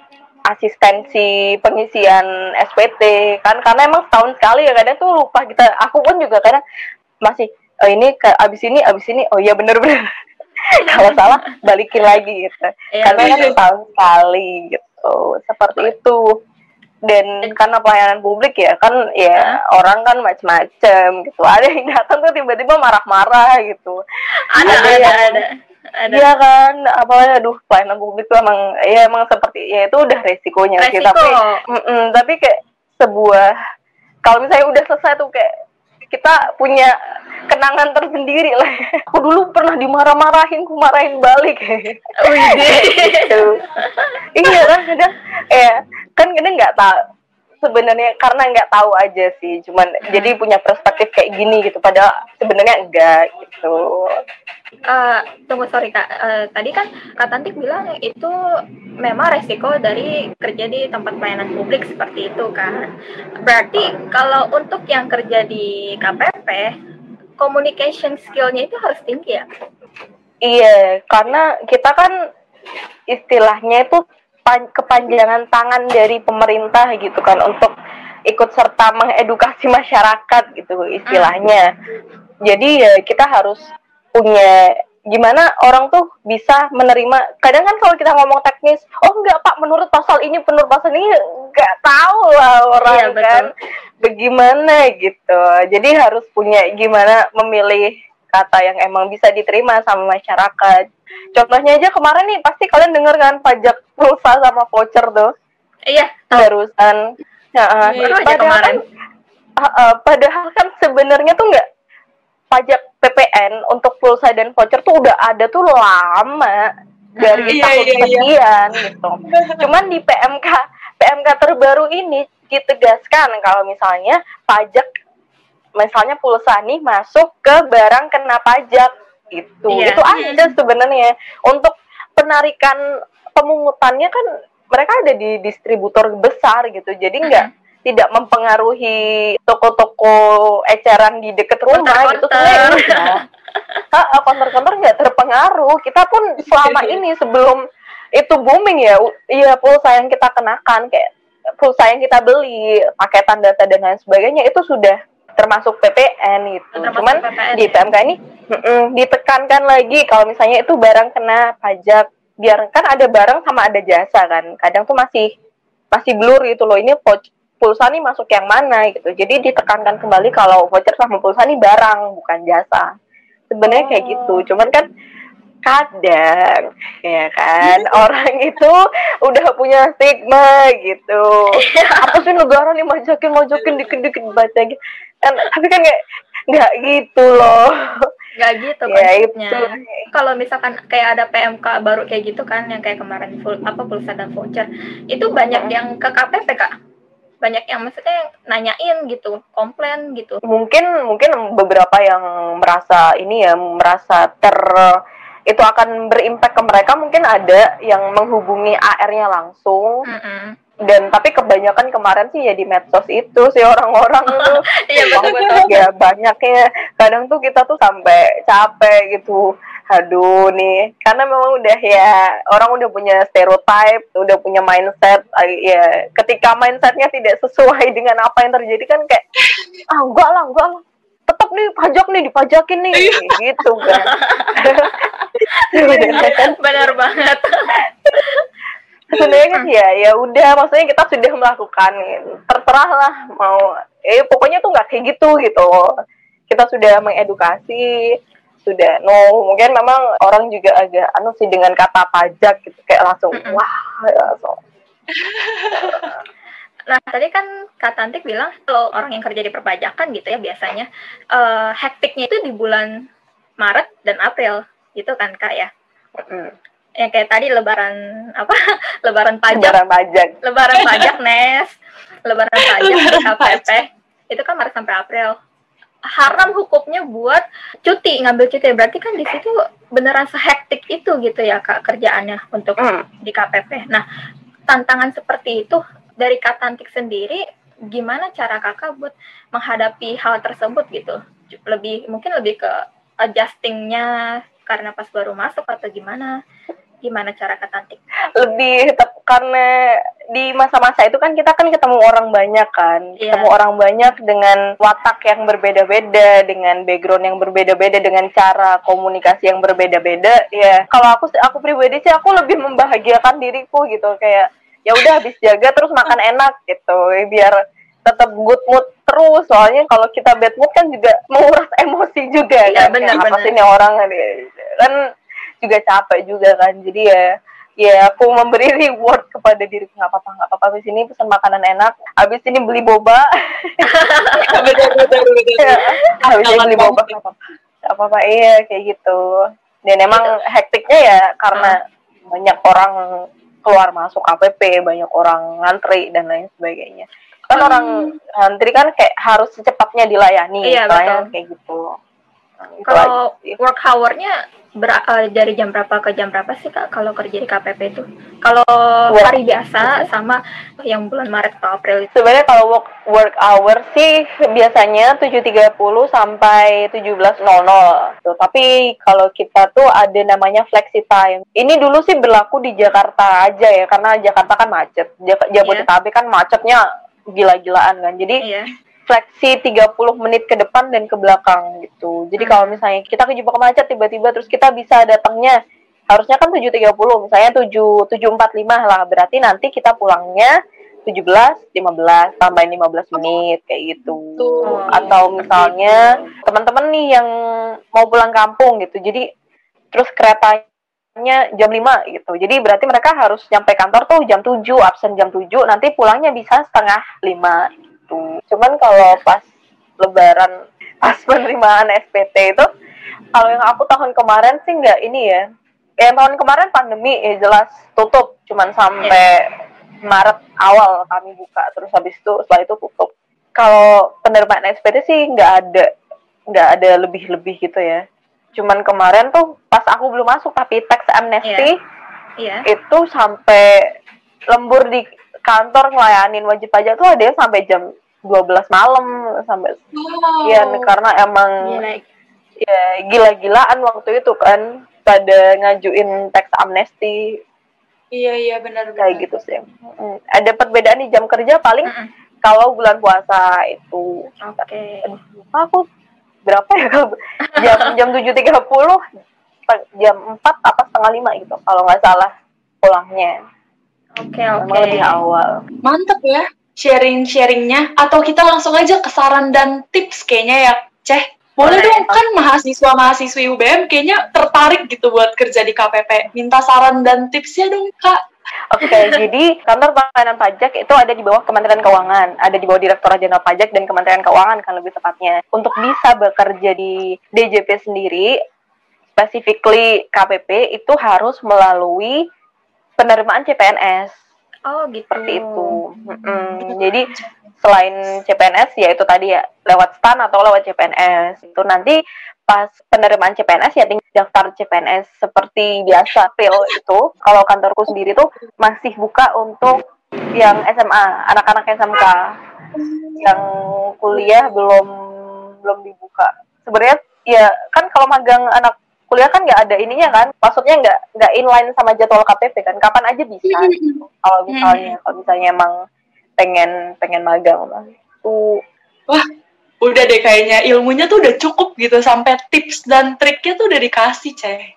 Speaker 4: asistensi pengisian S P T kan, karena emang setahun sekali ya, kadang tuh lupa kita. Aku pun juga kadang masih oh ini ke abis ini abis ini oh iya bener-bener kalau salah balikin lagi gitu.
Speaker 2: Iya,
Speaker 4: Karena kan
Speaker 2: betul.
Speaker 4: setahun sekali gitu, seperti itu. Dan karena pelayanan publik ya kan, ya orang kan macam-macam gitu. Ada yang datang tuh tiba-tiba marah-marah gitu.
Speaker 2: Ada ada
Speaker 4: yang-
Speaker 2: ada. Ada.
Speaker 4: Iya kan, apalagi aduh pelayanan publik tuh emang ya emang seperti ya itu udah resikonya sih.
Speaker 2: Resiko.
Speaker 4: Tapi mm-mm, tapi kayak sebuah, kalau misalnya udah selesai tuh kayak kita punya kenangan tersendiri lah. Aku dulu pernah dimarah-marahin, aku marahin balik kayak gitu. Iya kan kadang eh kan kadang nggak tahu sebenarnya, karena nggak tahu aja sih, cuman jadi punya perspektif kayak gini gitu, padahal sebenarnya enggak gitu.
Speaker 2: Eh, tunggu sorry kak, Eh, tadi kan Kak Tantik bilang itu memang resiko dari kerja di tempat pelayanan publik seperti itu kan. Berarti kalau untuk yang kerja di K P P, communication skill-nya itu harus tinggi ya?
Speaker 4: Iya, karena kita kan istilahnya itu pan- kepanjangan tangan dari pemerintah gitu kan, untuk ikut serta mengedukasi masyarakat gitu istilahnya. Jadi ya kita harus punya gimana orang tuh bisa menerima. Kadang kan kalau kita ngomong teknis, oh enggak Pak, menurut pasal ini, menurut pasal ini, enggak tahu lah orang.
Speaker 2: Iya, betul.
Speaker 4: Kan bagaimana gitu. Jadi harus punya gimana memilih kata yang emang bisa diterima sama masyarakat. Contohnya aja kemarin nih, pasti kalian denger kan pajak pulsa sama voucher tuh
Speaker 2: Iya,
Speaker 4: barusan. Nah,
Speaker 2: baru aja
Speaker 4: padahal
Speaker 2: kemarin.
Speaker 4: kan, uh, uh, padahal kan sebenarnya tuh nggak, pajak P P N untuk pulsa dan voucher tuh udah ada tuh lama dari
Speaker 3: Iya,
Speaker 4: tahun
Speaker 3: iya, iya.
Speaker 4: sekian gitu. Cuman di P M K P M K terbaru ini ditegaskan kalau misalnya pajak, misalnya pulsa nih masuk ke barang kena pajak gitu.
Speaker 2: Iya.
Speaker 4: Itu aja sebenarnya. Untuk penarikan pemungutannya kan mereka ada di distributor besar gitu. Jadi nggak tidak mempengaruhi toko-toko eceran di dekat rumah gitu.
Speaker 2: Konter-konter.
Speaker 4: Sebenarnya ha, konter-konter nggak terpengaruh. Kita pun selama ini sebelum itu booming ya, u- iya pulsa yang kita kenakan, kayak pulsa yang kita beli, paketan data dan lain sebagainya itu sudah termasuk P P N gitu.
Speaker 2: Termasuk
Speaker 4: Cuman
Speaker 2: P P N,
Speaker 4: di
Speaker 2: ya?
Speaker 4: P M K ini mm-mm, ditekankan lagi kalau misalnya itu barang kena pajak, biar kan ada barang sama ada jasa kan. Kadang tuh masih masih blur gitu loh, ini vouch- pulsa nih masuk yang mana gitu. Jadi ditekankan kembali kalau voucher sama pulsa nih barang bukan jasa. Sebenarnya kayak gitu. Cuman kan kadang ya kan orang itu udah punya stigma gitu. Apa sih negara nih majokin majokin dikit-dikit baca gitu. Kan, tapi kan nggak nggak gitu loh.
Speaker 2: Nggak gitu
Speaker 4: Ya
Speaker 2: konsepnya.
Speaker 4: itu.
Speaker 2: Kalau misalkan kayak ada P M K baru kayak gitu kan, yang kayak kemarin full apa pulsa dan voucher, itu banyak yang ke K P P kak, banyak yang maksudnya nanyain gitu, komplain gitu.
Speaker 4: Mungkin mungkin beberapa yang merasa ini ya, merasa ter itu akan berimpact ke mereka, mungkin ada yang menghubungi A R-nya langsung.
Speaker 2: Mm-mm.
Speaker 4: Dan tapi kebanyakan kemarin sih ya di medsos itu sih orang-orang tuh.
Speaker 2: Iya, betul-betul.
Speaker 4: Ya banyaknya. Kadang tuh kita tuh sampai capek gitu. Aduh nih, karena memang udah ya orang udah punya stereotype, udah punya mindset. Ay, ya ketika mindsetnya tidak sesuai dengan apa yang terjadi kan kayak ah enggak lah, enggak lah. Tetap nih pajak nih dipajakin nih gitu kan.
Speaker 2: Benar banget.
Speaker 4: Sebenarnya kan ya ya udah, maksudnya kita sudah melakukan, terserah lah mau eh pokoknya tuh nggak kayak gitu gitu. Kita sudah mengedukasi, sudah no mungkin memang orang juga agak anu sih dengan kata pajak gitu, kayak langsung
Speaker 2: Mm-mm.
Speaker 4: wah ya, so.
Speaker 2: Nah, tadi kan Kak Tantik bilang kalau orang yang kerja di perpajakan gitu ya biasanya eh, hektiknya itu di bulan Maret dan April gitu kan Kak ya.
Speaker 4: Mm.
Speaker 2: yang kayak tadi lebaran apa? Lebaran pajak.
Speaker 4: Lebaran pajak.
Speaker 2: Lebaran pajak Nes. Lebaran pajak di K P P. Itu kan Maret sampai April. Haram hukumnya buat cuti, ngambil cuti. Berarti kan di situ beneran sehektik itu gitu ya Kak kerjaannya untuk mm. di K P P. Nah, tantangan seperti itu dari Kak Tantik sendiri, gimana cara Kakak buat menghadapi hal tersebut gitu? Lebih mungkin lebih ke adjusting-nya karena pas baru masuk atau gimana? Gimana cara Kak Tantik?
Speaker 4: Lebih tetap karena di masa-masa itu kan kita kan ketemu orang banyak kan, yeah. ketemu orang banyak dengan watak yang berbeda-beda, dengan background yang berbeda-beda, dengan cara komunikasi yang berbeda-beda. Ya, kalau aku aku pribadi sih aku lebih membahagiakan diriku gitu, kayak ya udah habis jaga terus makan enak gitu, biar tetap good mood terus. Soalnya kalau kita bad mood kan juga menguras emosi juga
Speaker 2: yeah,
Speaker 4: kan.
Speaker 2: Bener,
Speaker 4: apa sih ini orang kan juga capek juga kan, jadi ya ya aku memberi reward kepada diriku, nggak apa-apa nggak apa-apa habis ini pesan makanan enak, habis ini beli boba, betul-betul habis ini beli boba nggak apa-apa nggak apa-apa iya kayak gitu. Dan emang hektiknya ya karena hmm. banyak orang keluar masuk K P P, banyak orang ngantri dan lain sebagainya kan. hmm. Orang ngantri kan kayak harus secepatnya dilayani,
Speaker 2: iya, betul.
Speaker 4: Kayak gitu. Nah,
Speaker 2: kalau work hour-nya Ber, uh, dari jam berapa ke jam berapa sih Kak kalau kerja di K P P itu? Kalau hari biasa sama yang bulan Maret atau April itu?
Speaker 4: Sebenarnya kalau work, work hour sih biasanya tujuh tiga puluh sampai tujuh belas nol nol. Tuh, tapi kalau kita tuh ada namanya flexi time. Ini dulu sih berlaku di Jakarta aja ya, karena Jakarta kan macet. Jabodetabek yeah. kan macetnya gila-gilaan kan. Jadi yeah. fleksi tiga puluh menit ke depan dan ke belakang gitu. Jadi hmm. kalau misalnya kita kejebak macet tiba-tiba terus kita bisa datangnya harusnya kan tujuh tiga puluh, misalnya tujuh empat puluh lima lah, berarti nanti kita pulangnya tujuh belas lima belas tambahin lima belas menit kayak gitu. Oh, atau misalnya teman-teman nih yang mau pulang kampung gitu. Jadi terus keretanya jam lima gitu. Jadi berarti mereka harus nyampe kantor tuh jam tujuh, absen jam tujuh, nanti pulangnya bisa setengah lima. Cuman kalau pas lebaran, pas penerimaan S P T itu, kalau yang aku tahun kemarin sih nggak ini ya. Ya tahun kemarin pandemi ya jelas tutup, cuman sampai Maret awal kami buka, terus habis itu setelah itu tutup. Kalau penerimaan S P T sih nggak ada, nggak ada lebih-lebih gitu ya. Cuman kemarin tuh pas aku belum masuk tapi tax amnesty yeah. Yeah. itu sampai lembur di kantor ngelayanin wajib pajak tuh ada yang sampai jam dua belas malam sampai sekian wow. Karena emang Gila. ya gila-gilaan waktu itu kan pada ngajuin tax amnesty.
Speaker 3: Iya iya benar
Speaker 4: kayak gitu sih. Hmm. Ada perbedaan di jam kerja paling uh-uh. kalau bulan puasa itu. Oke. Okay. Aku berapa ya kalau jam jam tujuh tiga puluh jam empat apa setengah lima gitu kalau nggak salah pulangnya.
Speaker 2: Oke okay, oke. Okay.
Speaker 4: Lebih awal.
Speaker 3: Mantep ya sharing-sharingnya. Atau kita langsung aja ke saran dan tips kayaknya ya, Ceh. Boleh okay. dong, kan mahasiswa-mahasiswi U B M kayaknya tertarik gitu buat kerja di K P P. Minta saran dan tipsnya dong, Kak.
Speaker 4: Oke, okay, jadi kantor pelayanan pajak itu ada di bawah Kementerian Keuangan, ada di bawah Direktorat Jenderal Pajak dan Kementerian Keuangan kan lebih tepatnya. Untuk bisa bekerja di D J P sendiri, specifically K P P itu harus melalui penerimaan C P N S.
Speaker 2: Oh gitu.
Speaker 4: Seperti itu. Mm-hmm. Jadi selain C P N S ya itu tadi ya lewat STAN atau lewat C P N S. Itu nanti pas penerimaan C P N S ya tinggal daftar C P N S seperti biasa. Pil itu kalau kantorku sendiri tuh masih buka untuk yang S M A, anak-anak S M K. Yang kuliah belum belum dibuka. Sebenarnya ya kan kalau magang anak kuliah kan nggak ada ininya kan, maksudnya nggak nggak inline sama jadwal K P P kan, kapan aja bisa gitu. Kalau misalnya kalau misalnya emang pengen pengen magang lah tuh.
Speaker 3: Wah udah deh kayaknya ilmunya tuh udah cukup gitu, sampai tips dan triknya tuh udah dikasih, Ceh.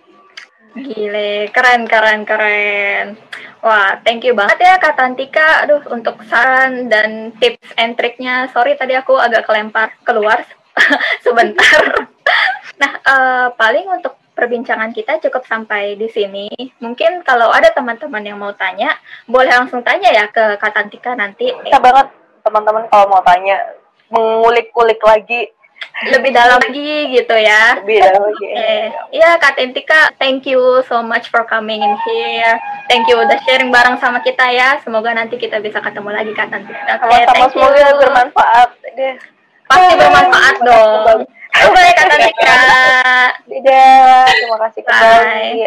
Speaker 2: Gile, keren keren keren. Wah, thank you banget ya Kak Tantika. Aduh, untuk saran dan tips and triknya. Sorry tadi aku agak kelempar keluar sebentar. Nah, uh, paling untuk perbincangan kita cukup sampai di sini. Mungkin kalau ada teman-teman yang mau tanya, boleh langsung tanya ya ke Kak Tantika nanti.
Speaker 4: Bisa banget teman-teman kalau mau tanya, mengulik-ulik lagi
Speaker 2: lebih dalam lagi gitu ya.
Speaker 4: Lebih dalam lagi.
Speaker 2: Eh, iya Kak Tentika, thank you so much for coming in here. Thank you udah sharing bareng sama kita ya. Semoga nanti kita bisa ketemu lagi Kak Tentika. Oke,
Speaker 4: Sama-sama,
Speaker 2: thank you.
Speaker 4: semoga bermanfaat deh.
Speaker 2: Pasti bermanfaat dong. Bye Kak Tentika.
Speaker 4: Dadah, terima kasih
Speaker 2: Bye.
Speaker 4: kembali.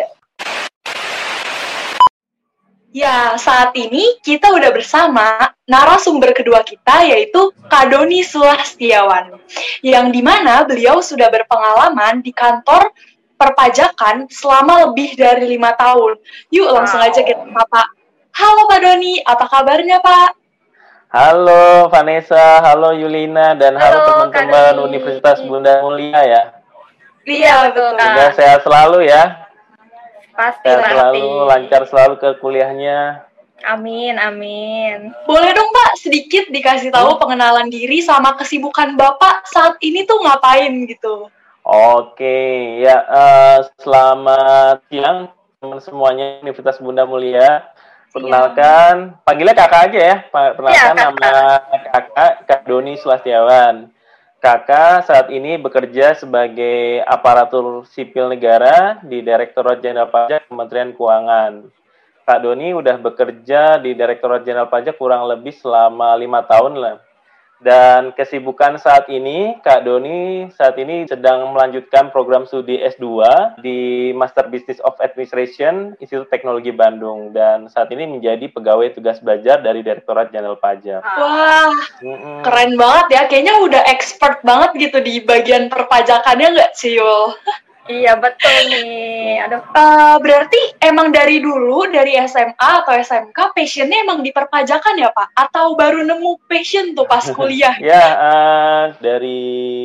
Speaker 3: Ya, saat ini kita udah bersama narasumber kedua kita, yaitu Kak Doni Sulastiawan, yang dimana beliau sudah berpengalaman di kantor perpajakan selama lebih dari lima tahun. Yuk, langsung aja kita sapa. Halo Pak Doni, apa kabarnya Pak?
Speaker 5: Halo Vanessa, halo Yulina, dan halo,
Speaker 2: Halo,
Speaker 5: teman-teman
Speaker 2: Kak Doni.
Speaker 5: Universitas Bunda Mulia ya.
Speaker 2: Iya, betul, Kak.
Speaker 5: Semoga sehat selalu ya.
Speaker 2: Pasti,
Speaker 5: Sehat
Speaker 2: pasti.
Speaker 5: selalu, lancar selalu ke kuliahnya.
Speaker 2: Amin, amin.
Speaker 3: Boleh dong Pak, sedikit dikasih tahu pengenalan diri sama kesibukan Bapak saat ini tuh ngapain gitu.
Speaker 5: Oke, ya eh, selamat siang teman semuanya Universitas Bunda Mulia. Perkenalkan, panggilnya kakak aja ya. Perkenalkan
Speaker 2: Ya,
Speaker 5: nama kakak, Kak Doni Sulastiawan. Kakak saat ini bekerja sebagai aparatur sipil negara di Direktorat Jenderal Pajak Kementerian Keuangan. Kak Doni udah bekerja di Direktorat Jenderal Pajak kurang lebih selama lima tahun lah. Dan kesibukan saat ini, Kak Doni saat ini sedang melanjutkan program studi S dua di Master Business of Administration Institut Teknologi Bandung. Dan saat ini menjadi pegawai tugas belajar dari Direktorat Jenderal Pajak.
Speaker 3: Wah,
Speaker 5: Mm-mm.
Speaker 3: keren banget ya. Kayaknya udah expert banget gitu di bagian perpajakannya nggak sih, Yul?
Speaker 2: Iya, betul nih. Aduh.
Speaker 3: Uh, berarti emang dari dulu, dari S M A atau S M K, passionnya emang di perpajakan ya, Pak? Atau baru nemu passion tuh pas kuliah?
Speaker 5: Ya, uh, dari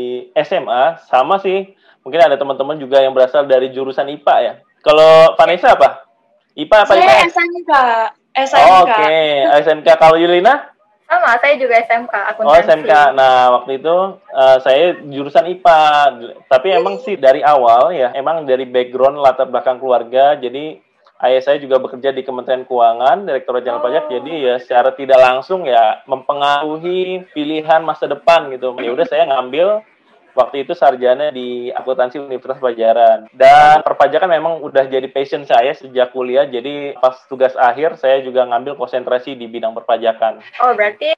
Speaker 5: S M A sama sih. Mungkin ada teman-teman juga yang berasal dari jurusan I P A ya. Kalau Vanessa apa? I P A apa I P A?
Speaker 3: Saya S M K. S M K.
Speaker 5: Oh, oke, okay. S M K. Kalau Yulina?
Speaker 2: Sama, saya juga S M K, akuntansi.
Speaker 5: Oh, S M K. Nah, waktu itu uh, saya jurusan I P A. Tapi emang sih dari awal ya, emang dari background latar belakang keluarga. Jadi ayah saya juga bekerja di Kementerian Keuangan, Direktorat Jenderal Pajak. Jadi ya secara tidak langsung ya mempengaruhi pilihan masa depan gitu. Ya udah saya ngambil waktu itu sarjana di akuntansi Universitas Pajajaran. Dan perpajakan memang udah jadi passion saya sejak kuliah. Jadi pas tugas akhir saya juga ngambil konsentrasi di bidang perpajakan.
Speaker 2: Oh, berarti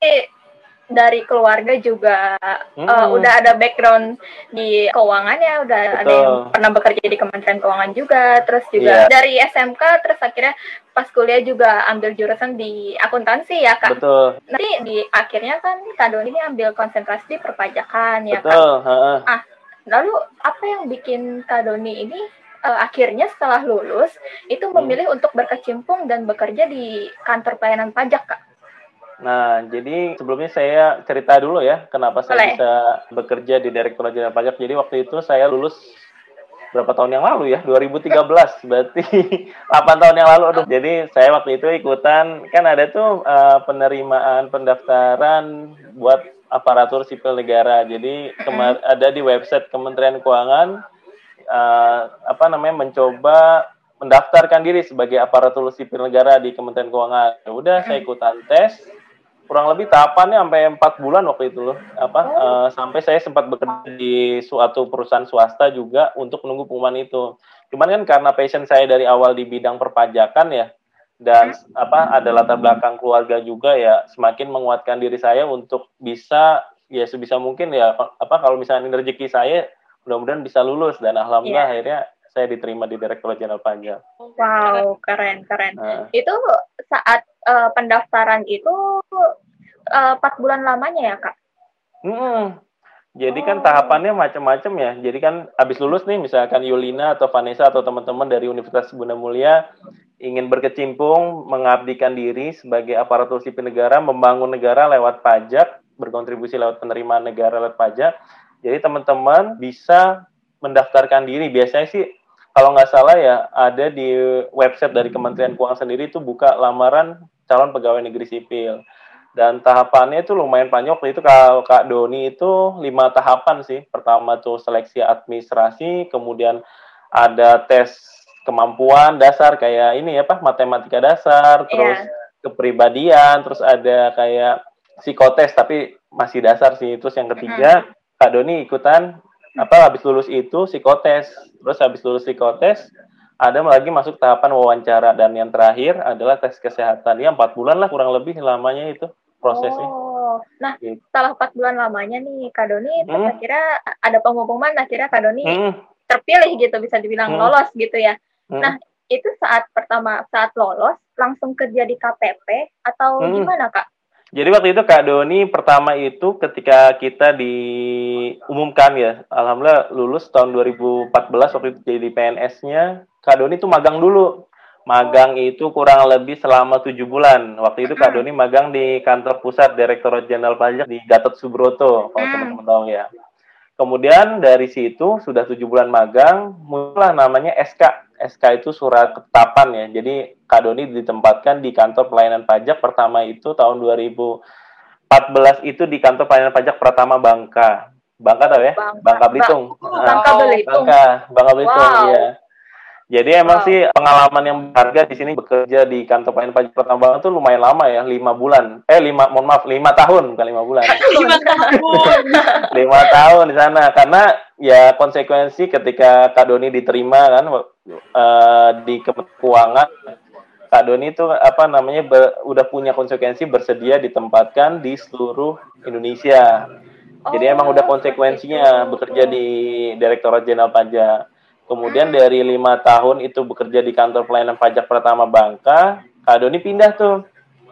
Speaker 2: dari keluarga juga
Speaker 5: Hmm.
Speaker 2: uh, udah ada background di keuangan ya, udah
Speaker 5: Betul.
Speaker 2: ada yang pernah bekerja di Kementerian Keuangan juga, terus juga
Speaker 5: Iya.
Speaker 2: dari S M K, terus akhirnya pas kuliah juga ambil jurusan di akuntansi ya Kak.
Speaker 5: Betul.
Speaker 2: Nanti di akhirnya kan Kak Doni ini ambil konsentrasi di perpajakan ya Kak.
Speaker 5: Betul. Heeh.
Speaker 2: Ah, lalu apa yang bikin Kak Doni ini uh, akhirnya setelah lulus itu memilih untuk berkecimpung dan bekerja di kantor pelayanan pajak Kak?
Speaker 5: Nah, jadi sebelumnya saya cerita dulu ya, kenapa saya
Speaker 2: Boleh.
Speaker 5: bisa bekerja di Direktorat Jenderal Pajak. Jadi waktu itu saya lulus berapa tahun yang lalu ya? dua ribu tiga belas, berarti delapan tahun yang lalu. Aduh. Jadi saya waktu itu ikutan, kan ada tuh uh, penerimaan pendaftaran buat aparatur sipil negara. Jadi kemar- ada di website Kementerian Keuangan, uh, apa namanya, mencoba mendaftarkan diri sebagai aparatur sipil negara di Kementerian Keuangan. Ya udah, saya ikutan tes. Kurang lebih tahapannya sampai empat bulan waktu itu loh. Apa uh, sampai saya sempat bekerja di suatu perusahaan swasta juga untuk menunggu pengumuman itu. Cuman kan karena passion saya dari awal di bidang perpajakan ya, dan apa ada latar belakang keluarga juga ya, semakin menguatkan diri saya untuk bisa ya sebisa mungkin ya apa kalau misalnya ini rezeki saya, mudah-mudahan bisa lulus, dan alhamdulillah
Speaker 2: Yeah.
Speaker 5: akhirnya saya diterima di Direktorat Jenderal Pajak.
Speaker 2: Wow, keren, keren.
Speaker 5: Nah.
Speaker 2: Itu saat uh, pendaftaran itu uh, empat bulan lamanya ya, Kak?
Speaker 5: Hmm. Jadi kan
Speaker 2: Oh.
Speaker 5: tahapannya macam-macam ya. Jadi kan habis lulus nih, misalkan Yulina atau Vanessa atau teman-teman dari Universitas Bunda Mulia ingin berkecimpung, mengabdikan diri sebagai aparatur sipil negara, membangun negara lewat pajak, berkontribusi lewat penerimaan negara lewat pajak. Jadi teman-teman bisa mendaftarkan diri. Biasanya sih kalau nggak salah ya, ada di website dari Kementerian Keuangan sendiri itu buka lamaran calon pegawai negeri sipil. Dan tahapannya itu lumayan panjang. Waktu itu kalau Kak Doni itu lima tahapan sih. Pertama tuh seleksi administrasi, kemudian ada tes kemampuan dasar kayak ini ya Pak, matematika dasar, terus
Speaker 2: Iya.
Speaker 5: kepribadian, terus ada kayak psikotes tapi masih dasar sih. Terus yang ketiga, Kak Doni ikutan apa habis lulus itu psikotes. Terus habis lulus psikotes ada lagi masuk tahapan wawancara dan yang terakhir adalah tes kesehatan. Ya empat bulan lah kurang lebih lamanya itu prosesnya.
Speaker 2: Oh, nah
Speaker 5: Gitu.
Speaker 2: setelah empat bulan lamanya nih Kak Doni,
Speaker 5: Hmm.
Speaker 2: kira-kira ada pengumuman akhirnya Kak Doni
Speaker 5: Hmm.
Speaker 2: terpilih gitu, bisa dibilang
Speaker 5: Hmm.
Speaker 2: lolos gitu ya.
Speaker 5: Hmm.
Speaker 2: Nah, itu saat pertama, saat lolos, langsung kerja di K P P atau
Speaker 5: Hmm.
Speaker 2: gimana, Kak?
Speaker 5: Jadi waktu itu Kak Doni pertama itu ketika kita diumumkan ya, alhamdulillah lulus tahun dua ribu empat belas waktu itu jadi P N S-nya, Kak Doni itu magang dulu. Magang itu kurang lebih selama tujuh bulan. Waktu itu Kak
Speaker 2: Hmm.
Speaker 5: Doni magang di kantor pusat Direktorat Jenderal Pajak di Gatot Subroto, kalau
Speaker 2: Hmm.
Speaker 5: teman-teman tahu ya. Kemudian dari situ sudah tujuh bulan magang, mulailah namanya S K. S K itu surat ketetapan ya. Jadi Kak Doni ditempatkan di kantor pelayanan pajak pertama itu tahun dua ribu empat belas itu di kantor pelayanan pajak Pratama Bangka. Bangka tahu ya?
Speaker 2: Bangka.
Speaker 5: Bangka Belitung.
Speaker 2: Ba-
Speaker 5: Nah,
Speaker 2: Bangka Belitung.
Speaker 5: Bangka, Bangka Belitung
Speaker 2: Wow.
Speaker 5: ya. Jadi emang
Speaker 2: Wow.
Speaker 5: sih pengalaman yang berharga di sini bekerja di kantor pelayanan pajak Pratama Bangka itu lumayan lama ya, lima bulan. Eh lima, mohon maaf, lima tahun bukan lima bulan.
Speaker 3: Lima tahun.
Speaker 5: lima tahun di sana karena ya konsekuensi ketika Kak Doni diterima kan uh, di Kementerian Keuangan, Kak Doni itu apa namanya ber, udah punya konsekuensi bersedia ditempatkan di seluruh Indonesia. Jadi
Speaker 2: Oh,
Speaker 5: emang udah konsekuensinya bekerja di Direktorat Jenderal Pajak. Kemudian dari lima tahun itu bekerja di kantor pelayanan pajak Pratama Bangka, Kak Doni pindah tuh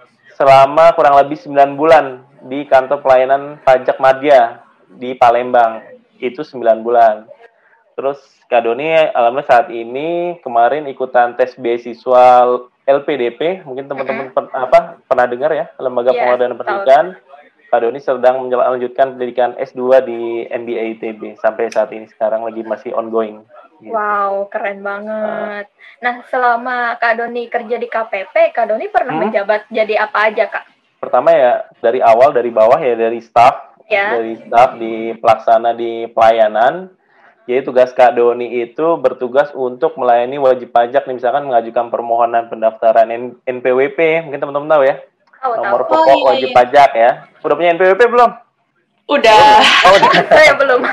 Speaker 5: selama kurang lebih sembilan bulan di kantor pelayanan pajak Madya di Palembang. Itu sembilan bulan. Terus Kak Doni alhamdulillah saat ini kemarin ikutan tes beasiswa L P D P, mungkin teman-teman per, apa pernah dengar ya, Lembaga
Speaker 2: Iya,
Speaker 5: Pengelolaan Pendidikan. Kak Doni sedang melanjutkan pendidikan S dua di M B A I T B sampai saat ini sekarang lagi masih ongoing. Gitu.
Speaker 2: Wow, keren banget. Nah, selama Kak Doni kerja di K P P, Kak Doni pernah
Speaker 5: Hmm.
Speaker 2: menjabat jadi apa aja, Kak?
Speaker 5: Pertama ya dari awal dari bawah ya dari staff,
Speaker 2: Ya.
Speaker 5: dari staff di pelaksana di pelayanan. Jadi tugas Kak Doni itu bertugas untuk melayani wajib pajak nih, misalkan mengajukan permohonan pendaftaran N P W P, mungkin teman-teman tahu ya.
Speaker 2: Oh,
Speaker 5: Nomor
Speaker 2: tahu.
Speaker 5: pokok
Speaker 3: Oh, iya,
Speaker 5: wajib
Speaker 3: iya.
Speaker 5: pajak ya. Udah punya N P W P belum?
Speaker 3: Udah.
Speaker 5: Oh, udah.
Speaker 2: Saya belum.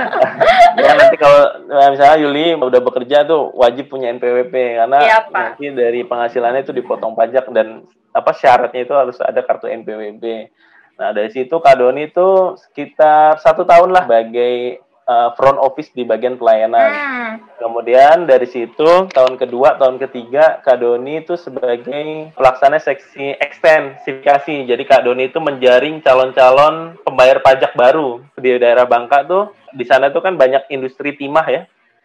Speaker 5: Ya nanti kalau nah, misalnya Yuli udah bekerja tuh wajib punya N P W P karena
Speaker 2: Iya, Pak.
Speaker 5: nanti dari penghasilannya itu dipotong pajak dan apa syaratnya itu harus ada kartu N P W P. Nah dari situ Kak Doni itu sekitar satu tahun lah sebagai uh, front office di bagian pelayanan.
Speaker 2: Hmm.
Speaker 5: Kemudian dari situ tahun kedua, tahun ketiga Kak Doni itu sebagai pelaksana seksi ekstensifikasi. Jadi Kak Doni itu menjaring calon-calon pembayar pajak baru di daerah Bangka tuh. Di sana tuh kan banyak industri timah ya.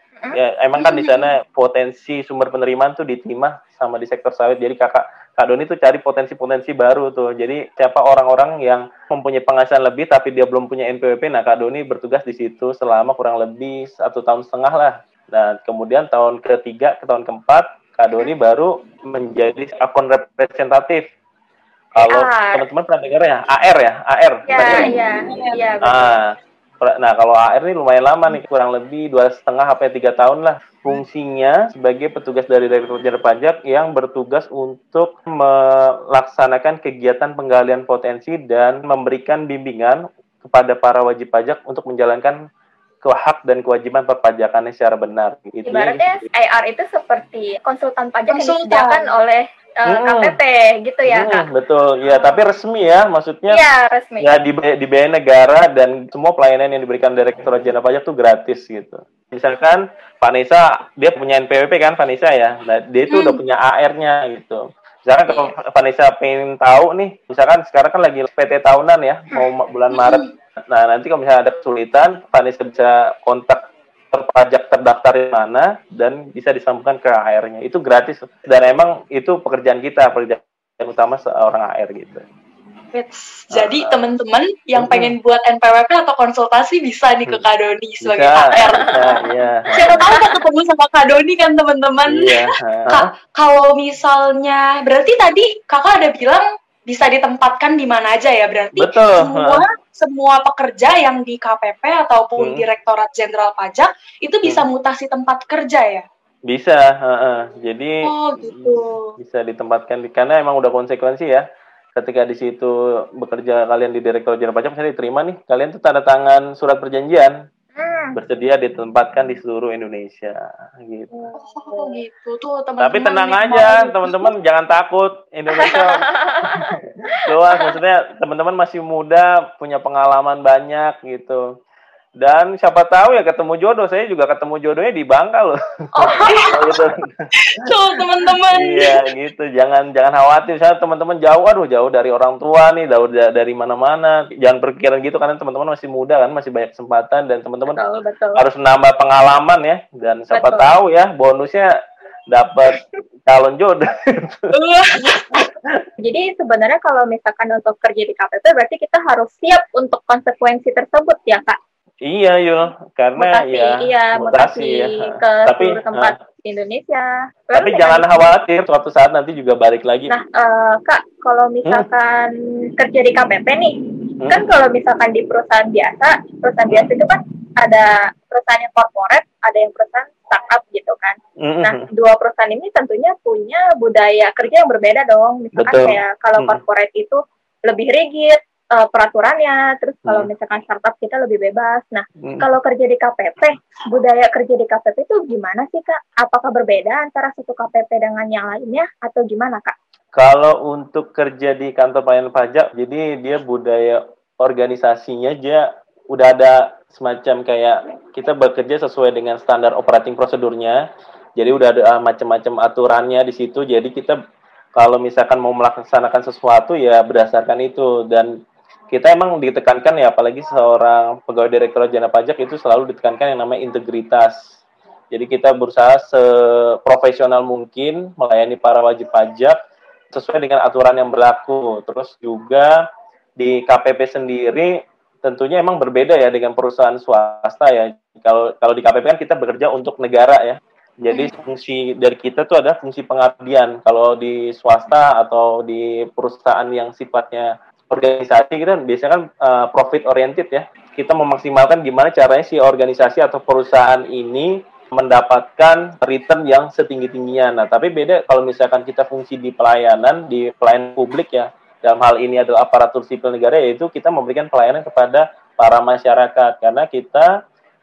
Speaker 5: Ya emang kan di sana potensi sumber penerimaan tuh di timah sama di sektor sawit. Jadi kakak Kak Doni tuh cari potensi-potensi baru tuh. Jadi siapa orang-orang yang mempunyai penghasilan lebih tapi dia belum punya N P W P, nah Kak Doni bertugas di situ selama kurang lebih satu tahun setengah lah. Nah, kemudian tahun ketiga ke tahun keempat, Kak Doni baru menjadi akun representatif. Kalau
Speaker 2: A R.
Speaker 5: teman-teman pernah dengar ya, A R ya, A R.
Speaker 2: Ya,
Speaker 5: Tadi ya?
Speaker 2: iya, iya. betul.
Speaker 5: Ah, per- nah kalau A R ini lumayan lama nih, kurang lebih dua setengah sampai tiga tahun lah. Fungsinya sebagai petugas dari Direktorat Jenderal Pajak yang bertugas untuk melaksanakan kegiatan penggalian potensi dan memberikan bimbingan kepada para wajib pajak untuk menjalankan hak dan kewajiban perpajakannya secara benar. Itu
Speaker 2: Ibaratnya A R itu seperti konsultan pajak yang
Speaker 3: Konsultan.
Speaker 2: disediakan oleh uh,
Speaker 5: Hmm.
Speaker 2: K P P gitu ya,
Speaker 5: Hmm,
Speaker 2: Kak?
Speaker 5: betul, ya. Tapi resmi ya, maksudnya
Speaker 2: Iya, resmi.
Speaker 5: ya dibayar, dibayar negara dan semua pelayanan yang diberikan Direktorat Jenderal Pajak itu gratis gitu. Misalkan Vanessa dia punya N P W P kan Vanessa ya, nah dia itu
Speaker 3: Hmm.
Speaker 5: udah punya A R-nya gitu. Misalkan kalau Vanessa pengen tahu nih, misalkan sekarang kan lagi P T tahunan ya, mau ma- bulan Maret. Nah nanti kalau misalnya ada kesulitan, Vanessa bisa kontak terpajak terdaftar di mana dan bisa disambungkan ke A R-nya. Itu gratis dan emang itu pekerjaan kita, pekerjaan utama seorang A R gitu.
Speaker 3: Wits. Jadi
Speaker 5: Ah.
Speaker 3: teman-teman yang
Speaker 5: Mm-mm.
Speaker 3: pengen buat N P W P atau konsultasi bisa nih ke Kak Doni sebagai
Speaker 5: Bisa,
Speaker 3: A R.
Speaker 5: bisa, iya.
Speaker 3: Siapa tahu mau ketemu sama Kak Doni kan teman-teman.
Speaker 5: Iya.
Speaker 3: Kak, kalau misalnya berarti tadi Kakak ada bilang bisa ditempatkan di mana aja ya, berarti
Speaker 5: Betul.
Speaker 3: semua semua pekerja yang di K P P ataupun
Speaker 5: Hmm.
Speaker 3: Direktorat Jenderal Pajak itu bisa
Speaker 5: Hmm.
Speaker 3: mutasi tempat kerja ya.
Speaker 5: Bisa, heeh. Jadi
Speaker 3: Oh gitu.
Speaker 5: bisa ditempatkan di karena emang udah konsekuensi ya. ketika di situ bekerja kalian di Direktorat Jenderal Pajak, misalnya diterima nih, kalian tuh tanda tangan surat perjanjian
Speaker 2: Hmm.
Speaker 5: bersedia ditempatkan di seluruh Indonesia gitu.
Speaker 3: Oh gitu tuh teman-teman.
Speaker 5: Tapi tenang
Speaker 3: nih,
Speaker 5: aja
Speaker 3: mau-
Speaker 5: teman-teman, jangan takut. Indonesia luas, maksudnya teman-teman masih muda, punya pengalaman banyak gitu. Dan siapa tahu ya ketemu jodoh. Saya juga ketemu jodohnya di Bangka loh.
Speaker 2: Oh,
Speaker 5: gitu.
Speaker 3: Tuh teman-teman.
Speaker 5: Iya gitu, jangan jangan khawatir. Misalnya teman-teman jauh, aduh jauh dari orang tua nih, jauh da- dari mana-mana. Jangan berpikiran gitu karena teman-teman masih muda kan, masih banyak kesempatan dan teman-teman
Speaker 2: betul, betul.
Speaker 5: harus menambah pengalaman ya. Dan siapa
Speaker 2: Betul.
Speaker 5: tahu ya bonusnya dapat calon jodoh.
Speaker 2: Jadi sebenarnya kalau misalkan untuk kerja di K P P berarti kita harus siap untuk konsekuensi tersebut ya Kak?
Speaker 5: Iya Yul, karena
Speaker 2: Mutasi,
Speaker 5: ya
Speaker 2: iya, mutasi,
Speaker 5: ya.
Speaker 2: ke
Speaker 5: Tapi
Speaker 2: seluruh tempat
Speaker 5: ah,
Speaker 2: di Indonesia.
Speaker 5: tapi
Speaker 2: Lalu
Speaker 5: jangan
Speaker 2: dengan-
Speaker 5: khawatir, suatu saat nanti juga balik lagi.
Speaker 2: Nah, eh, Kak, kalau misalkan kerja di K P P nih,
Speaker 5: Hmm?
Speaker 2: kan kalau misalkan di perusahaan biasa, perusahaan biasa itu kan ada perusahaan yang corporate, ada yang perusahaan startup gitu kan.
Speaker 5: Mm-mm.
Speaker 2: Nah, dua perusahaan ini tentunya punya budaya kerja yang berbeda dong. Misalkan
Speaker 5: Betul.
Speaker 2: kayak kalau
Speaker 5: Mm.
Speaker 2: corporate itu lebih rigid eh, peraturannya, terus kalau
Speaker 5: Mm.
Speaker 2: misalkan startup kita lebih bebas. Nah,
Speaker 5: Mm.
Speaker 2: kalau kerja di K P P, budaya kerja di K P P itu gimana sih Kak? Apakah berbeda antara satu K P P dengan yang lainnya atau gimana Kak?
Speaker 5: Kalau untuk kerja di kantor pelayanan pajak, jadi dia budaya organisasinya aja udah ada semacam kayak kita bekerja sesuai dengan standar operating prosedurnya. Jadi udah ada uh, macam-macam aturannya di situ. Jadi kita kalau misalkan mau melaksanakan sesuatu ya berdasarkan itu, dan kita emang ditekankan ya, apalagi seorang pegawai Direktorat Jenderal Pajak itu selalu ditekankan yang namanya integritas. Jadi kita berusaha seprofesional mungkin melayani para wajib pajak sesuai dengan aturan yang berlaku. Terus juga di K P P sendiri tentunya emang berbeda ya dengan perusahaan swasta ya. Kalau kalau di K P P kan kita bekerja untuk negara ya. Jadi fungsi dari kita tuh ada fungsi pengabdian. Kalau di swasta atau di perusahaan yang sifatnya organisasi kita biasanya kan uh, profit oriented ya. Kita memaksimalkan gimana caranya si organisasi atau perusahaan ini mendapatkan return yang setinggi-tingginya. Nah, tapi beda kalau misalkan kita fungsi di pelayanan, di pelayanan publik ya. Dalam hal ini adalah aparatur sipil negara, yaitu kita memberikan pelayanan kepada para masyarakat. Karena kita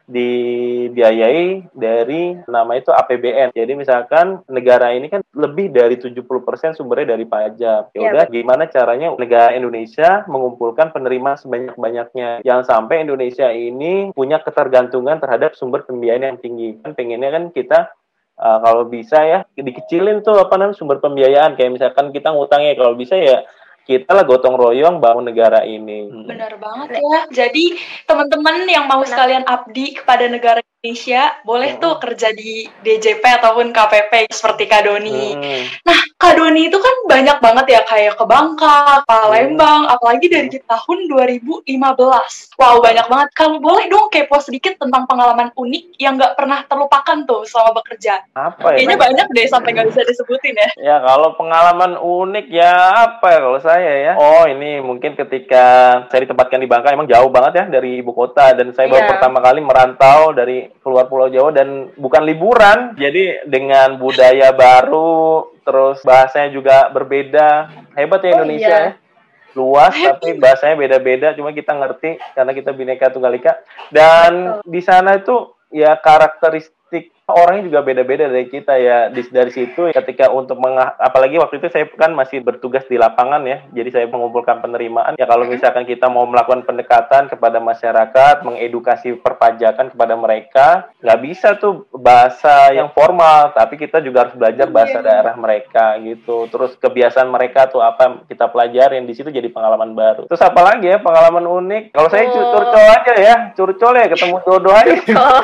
Speaker 5: dibiayai dari nama itu A P B N. Jadi misalkan negara ini kan lebih dari tujuh puluh persen sumbernya dari pajak. Ya udah, gimana caranya negara Indonesia mengumpulkan penerima sebanyak-banyaknya. Jangan sampai Indonesia ini punya ketergantungan terhadap sumber pembiayaan yang tinggi. Kan pengennya kan kita uh, kalau bisa ya dikecilin tuh apa namanya sumber pembiayaan. Kayak misalkan kita ngutangnya kalau bisa ya kita lah gotong royong bangun negara ini.
Speaker 3: Benar banget ya. Jadi teman-teman yang mau sekalian abdi kepada negara Indonesia, boleh tuh kerja di D J P ataupun K P P seperti Kak Doni.
Speaker 5: Hmm.
Speaker 3: Nah, Kak Doni itu kan banyak banget ya, kayak ke Bangka, Palembang, apalagi dari tahun dua ribu lima belas. Wow, banyak banget. Kalau boleh dong kepo sedikit tentang pengalaman unik yang nggak pernah terlupakan tuh selama bekerja.
Speaker 5: Apa ya?
Speaker 3: Kayaknya banyak deh sampai nggak bisa disebutin ya.
Speaker 5: Ya kalau pengalaman unik ya apa ya kalau saya ya? Oh ini mungkin ketika saya ditempatkan di Bangka, emang jauh banget ya dari ibu kota, dan saya baru
Speaker 2: Iya.
Speaker 5: pertama kali merantau dari keluar Pulau Jawa dan bukan liburan. Jadi dengan budaya baru, terus bahasanya juga berbeda. Hebat ya
Speaker 2: Oh,
Speaker 5: Indonesia
Speaker 2: iya.
Speaker 5: ya. Luas tapi bahasanya beda-beda, cuma kita ngerti karena kita Bhinneka Tunggal Ika. Dan di sana itu ya karakteristik orangnya juga beda-beda dari kita ya. Di, dari situ ketika untuk mengah, apalagi waktu itu saya kan masih bertugas di lapangan ya, jadi saya mengumpulkan penerimaan ya. Kalau misalkan kita mau melakukan pendekatan kepada masyarakat, mengedukasi perpajakan kepada mereka, nggak bisa tuh bahasa yang formal, tapi kita juga harus belajar bahasa daerah mereka gitu. Terus kebiasaan mereka tuh apa kita pelajarin, di situ jadi pengalaman baru. Terus apa lagi ya pengalaman unik? Kalau saya
Speaker 2: Oh.
Speaker 5: curcol aja ya, curcol ya ketemu jodoh aja.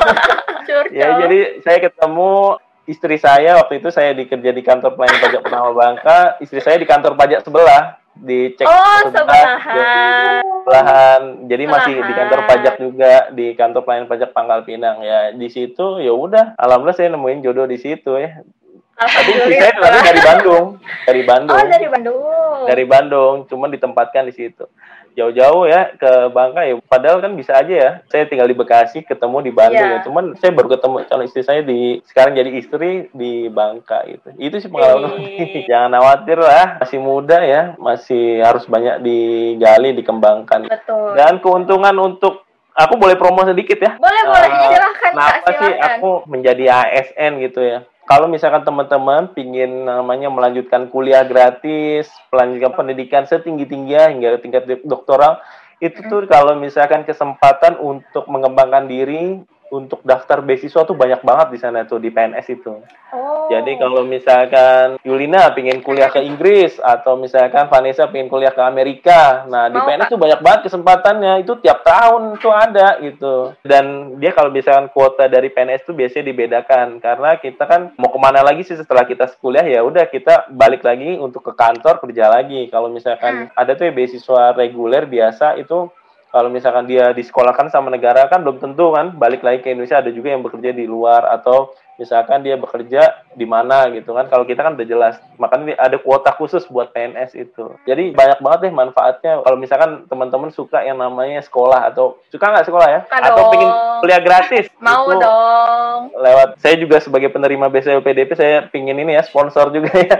Speaker 2: Curcol.
Speaker 5: Ya, jadi saya ketemu istri saya waktu itu, saya dikerja di kantor pelayanan pajak pertama Bangka, istri saya di kantor pajak sebelah, dicek
Speaker 2: Oh,
Speaker 5: sebelah,
Speaker 2: sebelahan.
Speaker 5: sebelahan. Jadi masih di kantor
Speaker 2: Sebelahan.
Speaker 5: pajak juga, di kantor pelayanan pajak Pangkal Pinang ya. Di situ ya udah, alhamdulillah saya nemuin jodoh di situ ya. Tapi istri saya tapi dari Bandung, dari Bandung.
Speaker 2: Oh, dari Bandung.
Speaker 5: Dari Bandung, cuman ditempatkan di situ. Jauh-jauh ya ke Bangka ya. Padahal kan bisa aja ya. Saya tinggal di Bekasi, ketemu di Bandung
Speaker 2: Iya.
Speaker 5: ya. Cuman saya baru ketemu calon istri saya di sekarang jadi istri di Bangka gitu. Itu sih pengalaman.
Speaker 2: Ih.
Speaker 5: Jangan khawatir lah, masih muda ya, masih harus banyak digali, dikembangkan.
Speaker 2: Betul.
Speaker 5: Dan keuntungan untuk aku boleh promo sedikit ya.
Speaker 2: Boleh, boleh.
Speaker 5: Eh,
Speaker 2: Silahkan, Kak.
Speaker 5: Kenapa sih
Speaker 2: Silahkan.
Speaker 5: aku menjadi A S N gitu ya? Kalau misalkan teman-teman pingin namanya melanjutkan kuliah gratis, melanjutkan pendidikan setinggi-tingginya hingga tingkat doktoral, itu tuh kalau misalkan kesempatan untuk mengembangkan diri, untuk daftar beasiswa tuh banyak banget di sana tuh di P N S itu.
Speaker 2: Oh.
Speaker 5: Jadi kalau misalkan Yulina pingin kuliah ke Inggris atau misalkan Vanessa pingin kuliah ke Amerika, nah di
Speaker 2: Mau,
Speaker 5: P N S
Speaker 2: Kak.
Speaker 5: tuh banyak banget kesempatannya, itu tiap tahun tuh ada gitu. Dan dia kalau misalkan kuota dari P N S tuh biasanya dibedakan karena kita kan mau kemana lagi sih setelah kita kuliah, ya udah kita balik lagi untuk ke kantor kerja lagi. Kalau misalkan ada tuh ya beasiswa reguler biasa itu. Kalau misalkan dia disekolahkan sama negara kan belum tentu kan balik lagi ke Indonesia, ada juga yang bekerja di luar atau misalkan dia bekerja di mana gitu kan. Kalau kita kan udah jelas, makanya ada kuota khusus buat P N S itu. Jadi banyak banget deh manfaatnya. Kalau misalkan teman-teman suka yang namanya sekolah atau suka nggak sekolah ya?
Speaker 2: Suka
Speaker 5: Atau
Speaker 2: dong.
Speaker 5: pengen kuliah gratis?
Speaker 2: Mau
Speaker 5: itu
Speaker 2: dong.
Speaker 5: lewat saya juga sebagai penerima B S L P D P saya pingin ini ya sponsor juga ya.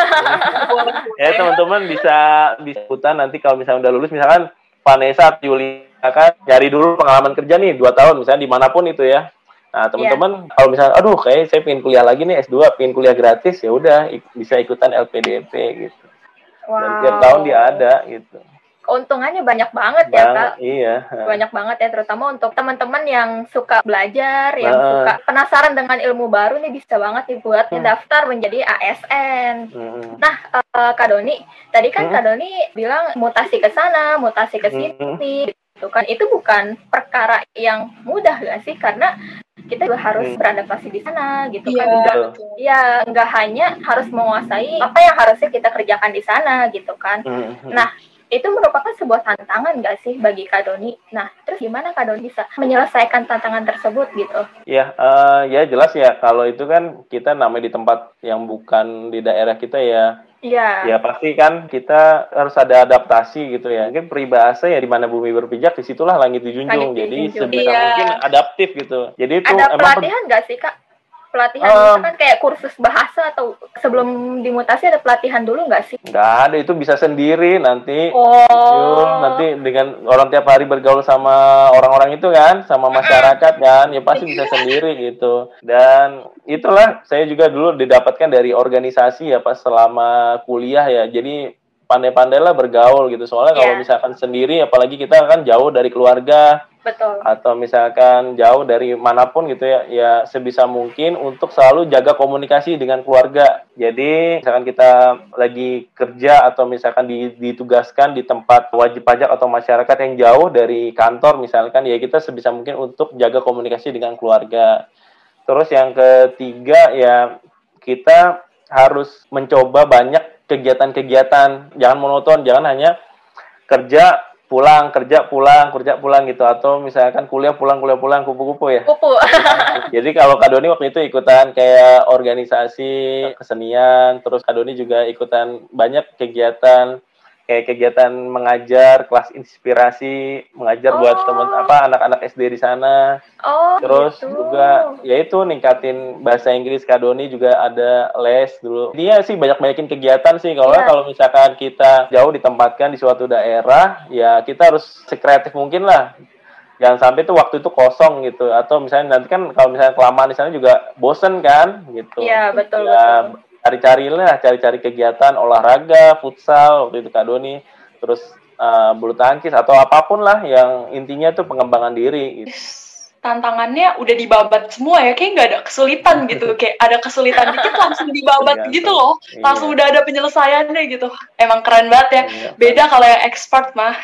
Speaker 5: Ya teman-teman bisa bisa ikutan nanti kalau misalnya udah lulus, misalkan Vanessa atau Yuli akan nyari dulu pengalaman kerja nih dua tahun misalnya dimanapun itu ya. Nah teman-teman kalau misalnya aduh kayak saya pengen kuliah lagi nih S dua, pengen kuliah gratis, ya udah ik- bisa ikutan L P D P gitu.
Speaker 2: Wow.
Speaker 5: Dan tiap tahun dia ada gitu.
Speaker 2: Keuntungannya banyak banget ya, Kak.
Speaker 5: Bang, iya.
Speaker 2: Banyak banget ya, terutama untuk teman-teman yang suka belajar, yang
Speaker 5: Nah.
Speaker 2: suka penasaran dengan ilmu baru nih, bisa banget nih buat
Speaker 5: Hmm.
Speaker 2: daftar menjadi A S N.
Speaker 5: Hmm.
Speaker 2: Nah, eh, Kak Doni, tadi kan
Speaker 5: Hmm.
Speaker 2: Kak Doni bilang mutasi ke sana, mutasi ke sini,
Speaker 5: Hmm.
Speaker 2: gitu kan. Itu bukan perkara yang mudah gak sih? Karena kita juga harus
Speaker 5: Hmm.
Speaker 2: beradaptasi di sana, gitu
Speaker 3: Iya,
Speaker 2: kan. Nggak,
Speaker 5: Betul.
Speaker 2: ya, nggak hanya harus menguasai apa yang harusnya kita kerjakan di sana, gitu kan.
Speaker 5: Hmm.
Speaker 2: Nah, itu merupakan sebuah tantangan nggak sih bagi Kak Doni? Nah, terus gimana Kak Doni bisa menyelesaikan tantangan tersebut gitu?
Speaker 5: Ya, eh, ya jelas ya. Kalau itu kan kita namanya di tempat yang bukan di daerah kita ya.
Speaker 2: Iya.
Speaker 5: Ya pasti kan kita harus ada adaptasi gitu ya. Mungkin peribahasa ya di mana bumi berpijak disitulah langit dijunjung.
Speaker 2: Langit
Speaker 5: Jadi
Speaker 2: dijunjung.
Speaker 5: sebisa
Speaker 3: Iya.
Speaker 5: mungkin adaptif gitu. Jadi itu
Speaker 2: Ada
Speaker 5: emang
Speaker 2: pelatihan nggak sih Kak? Pelatihan
Speaker 5: Um,
Speaker 2: misalkan kayak kursus bahasa atau sebelum dimutasi ada pelatihan dulu nggak sih?
Speaker 5: nggak ada, itu bisa sendiri nanti.
Speaker 2: Oh.
Speaker 5: Yuk, nanti dengan orang tiap hari bergaul sama orang-orang itu kan, sama masyarakat kan, ya pasti bisa sendiri gitu. Dan itulah saya juga dulu didapatkan dari organisasi ya pas selama kuliah ya. Jadi pandai-pandailah bergaul gitu. Soalnya kalau
Speaker 2: Iya.
Speaker 5: misalkan sendiri, apalagi kita kan jauh dari keluarga
Speaker 2: Betul.
Speaker 5: atau misalkan jauh dari manapun gitu ya, ya sebisa mungkin untuk selalu jaga komunikasi dengan keluarga. Jadi misalkan kita lagi kerja atau misalkan ditugaskan di tempat wajib pajak atau masyarakat yang jauh dari kantor misalkan, ya kita sebisa mungkin untuk jaga komunikasi dengan keluarga. Terus yang ketiga ya kita harus mencoba banyak kegiatan-kegiatan, jangan monoton, jangan hanya kerja pulang, kerja pulang, kerja pulang gitu, atau misalkan kuliah pulang, kuliah pulang, kupu-kupu ya.
Speaker 2: Kupu.
Speaker 5: Jadi kalau Kak Doni waktu itu ikutan kayak organisasi kesenian, terus Kak Doni juga ikutan banyak kegiatan kayak kegiatan mengajar, kelas inspirasi, mengajar buat
Speaker 2: Oh.
Speaker 5: teman apa anak-anak S D di sana.
Speaker 2: Oh,
Speaker 5: Terus
Speaker 2: gitu.
Speaker 5: juga yaitu ningkatin bahasa Inggris. Kak Doni juga ada les dulu. Dia sih banyak-banyakin kegiatan sih. Kalau
Speaker 2: Iya.
Speaker 5: kalau misalkan kita jauh ditempatkan di suatu daerah, ya kita harus sekreatif mungkin lah. Jangan sampai tuh waktu itu kosong gitu. Atau misalnya nanti kan kalau misalnya kelamaan di sana juga bosen kan gitu.
Speaker 2: Iya, betul,
Speaker 5: Ya,
Speaker 2: betul.
Speaker 5: cari-cari lah, cari-cari kegiatan olahraga, futsal waktu itu Kak Doni. Terus uh, bulu tangkis atau apapun lah yang intinya tuh pengembangan diri gitu.
Speaker 3: Tantangannya udah dibabat semua ya, kayak nggak ada kesulitan gitu, kayak ada kesulitan dikit langsung dibabat
Speaker 5: Iya,
Speaker 3: gitu loh,
Speaker 5: iya.
Speaker 3: langsung udah ada penyelesaiannya gitu. Emang keren banget ya,
Speaker 5: Iya.
Speaker 3: beda kalau yang expert mah.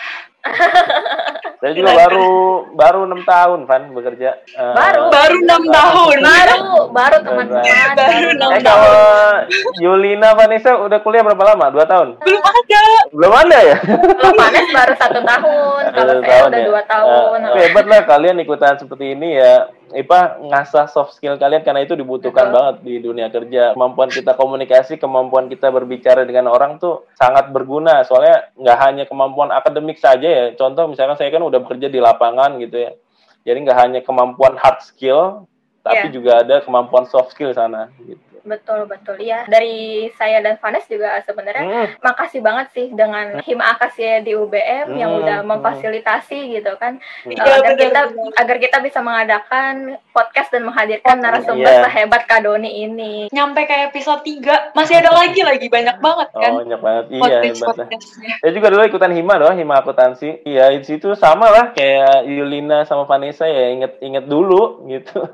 Speaker 5: Saya juga baru baru enam tahun Van bekerja. Eh,
Speaker 2: Baru?
Speaker 3: Baru enam tahun.
Speaker 2: Baru baru teman-teman.
Speaker 3: Baru enam
Speaker 5: Eh kalau Yulina Vanessa udah kuliah berapa lama? Dua tahun?
Speaker 3: Belum ada.
Speaker 5: Belum ada ya?
Speaker 2: Kalau Vanes baru satu tahun, kalau
Speaker 5: Satu
Speaker 2: saya
Speaker 5: tahun
Speaker 2: udah
Speaker 5: ya?
Speaker 2: dua tahun.
Speaker 5: Eh, hebat lah kalian ikutan seperti ini ya. Ipa ngasah soft skill kalian karena itu dibutuhkan
Speaker 2: Betul.
Speaker 5: banget di dunia kerja. Kemampuan kita komunikasi, kemampuan kita berbicara dengan orang tuh sangat berguna. Soalnya nggak hanya kemampuan akademik saja ya. Contoh misalkan saya kan udah bekerja di lapangan gitu ya. Jadi nggak hanya kemampuan hard skill, tapi
Speaker 2: Iya.
Speaker 5: juga ada kemampuan soft skill sana. Gitu.
Speaker 2: Betul, betul. Ya, dari saya dan Vanes juga sebenarnya
Speaker 5: Hmm.
Speaker 2: makasih banget sih dengan Hima Akasia di U B M yang
Speaker 5: Hmm,
Speaker 2: udah
Speaker 5: hmm.
Speaker 2: memfasilitasi gitu kan.
Speaker 5: Hmm.
Speaker 2: Uh,
Speaker 3: Iya,
Speaker 2: agar
Speaker 3: benar,
Speaker 2: kita
Speaker 3: benar.
Speaker 2: agar kita bisa mengadakan podcast dan menghadirkan narasumber
Speaker 5: Iya.
Speaker 2: sehebat Kak Doni ini.
Speaker 3: Nyampe kayak episode tiga, masih ada lagi lagi banyak banget kan
Speaker 5: Oh, banyak banget. Iya,
Speaker 3: podcast
Speaker 5: hebat lah.
Speaker 3: podcastnya.
Speaker 5: Saya juga dulu ikutan Hima doh, Hima akuntansi. Iya, di situ sama lah kayak Yulina sama Vanessa ya, inget-inget dulu gitu.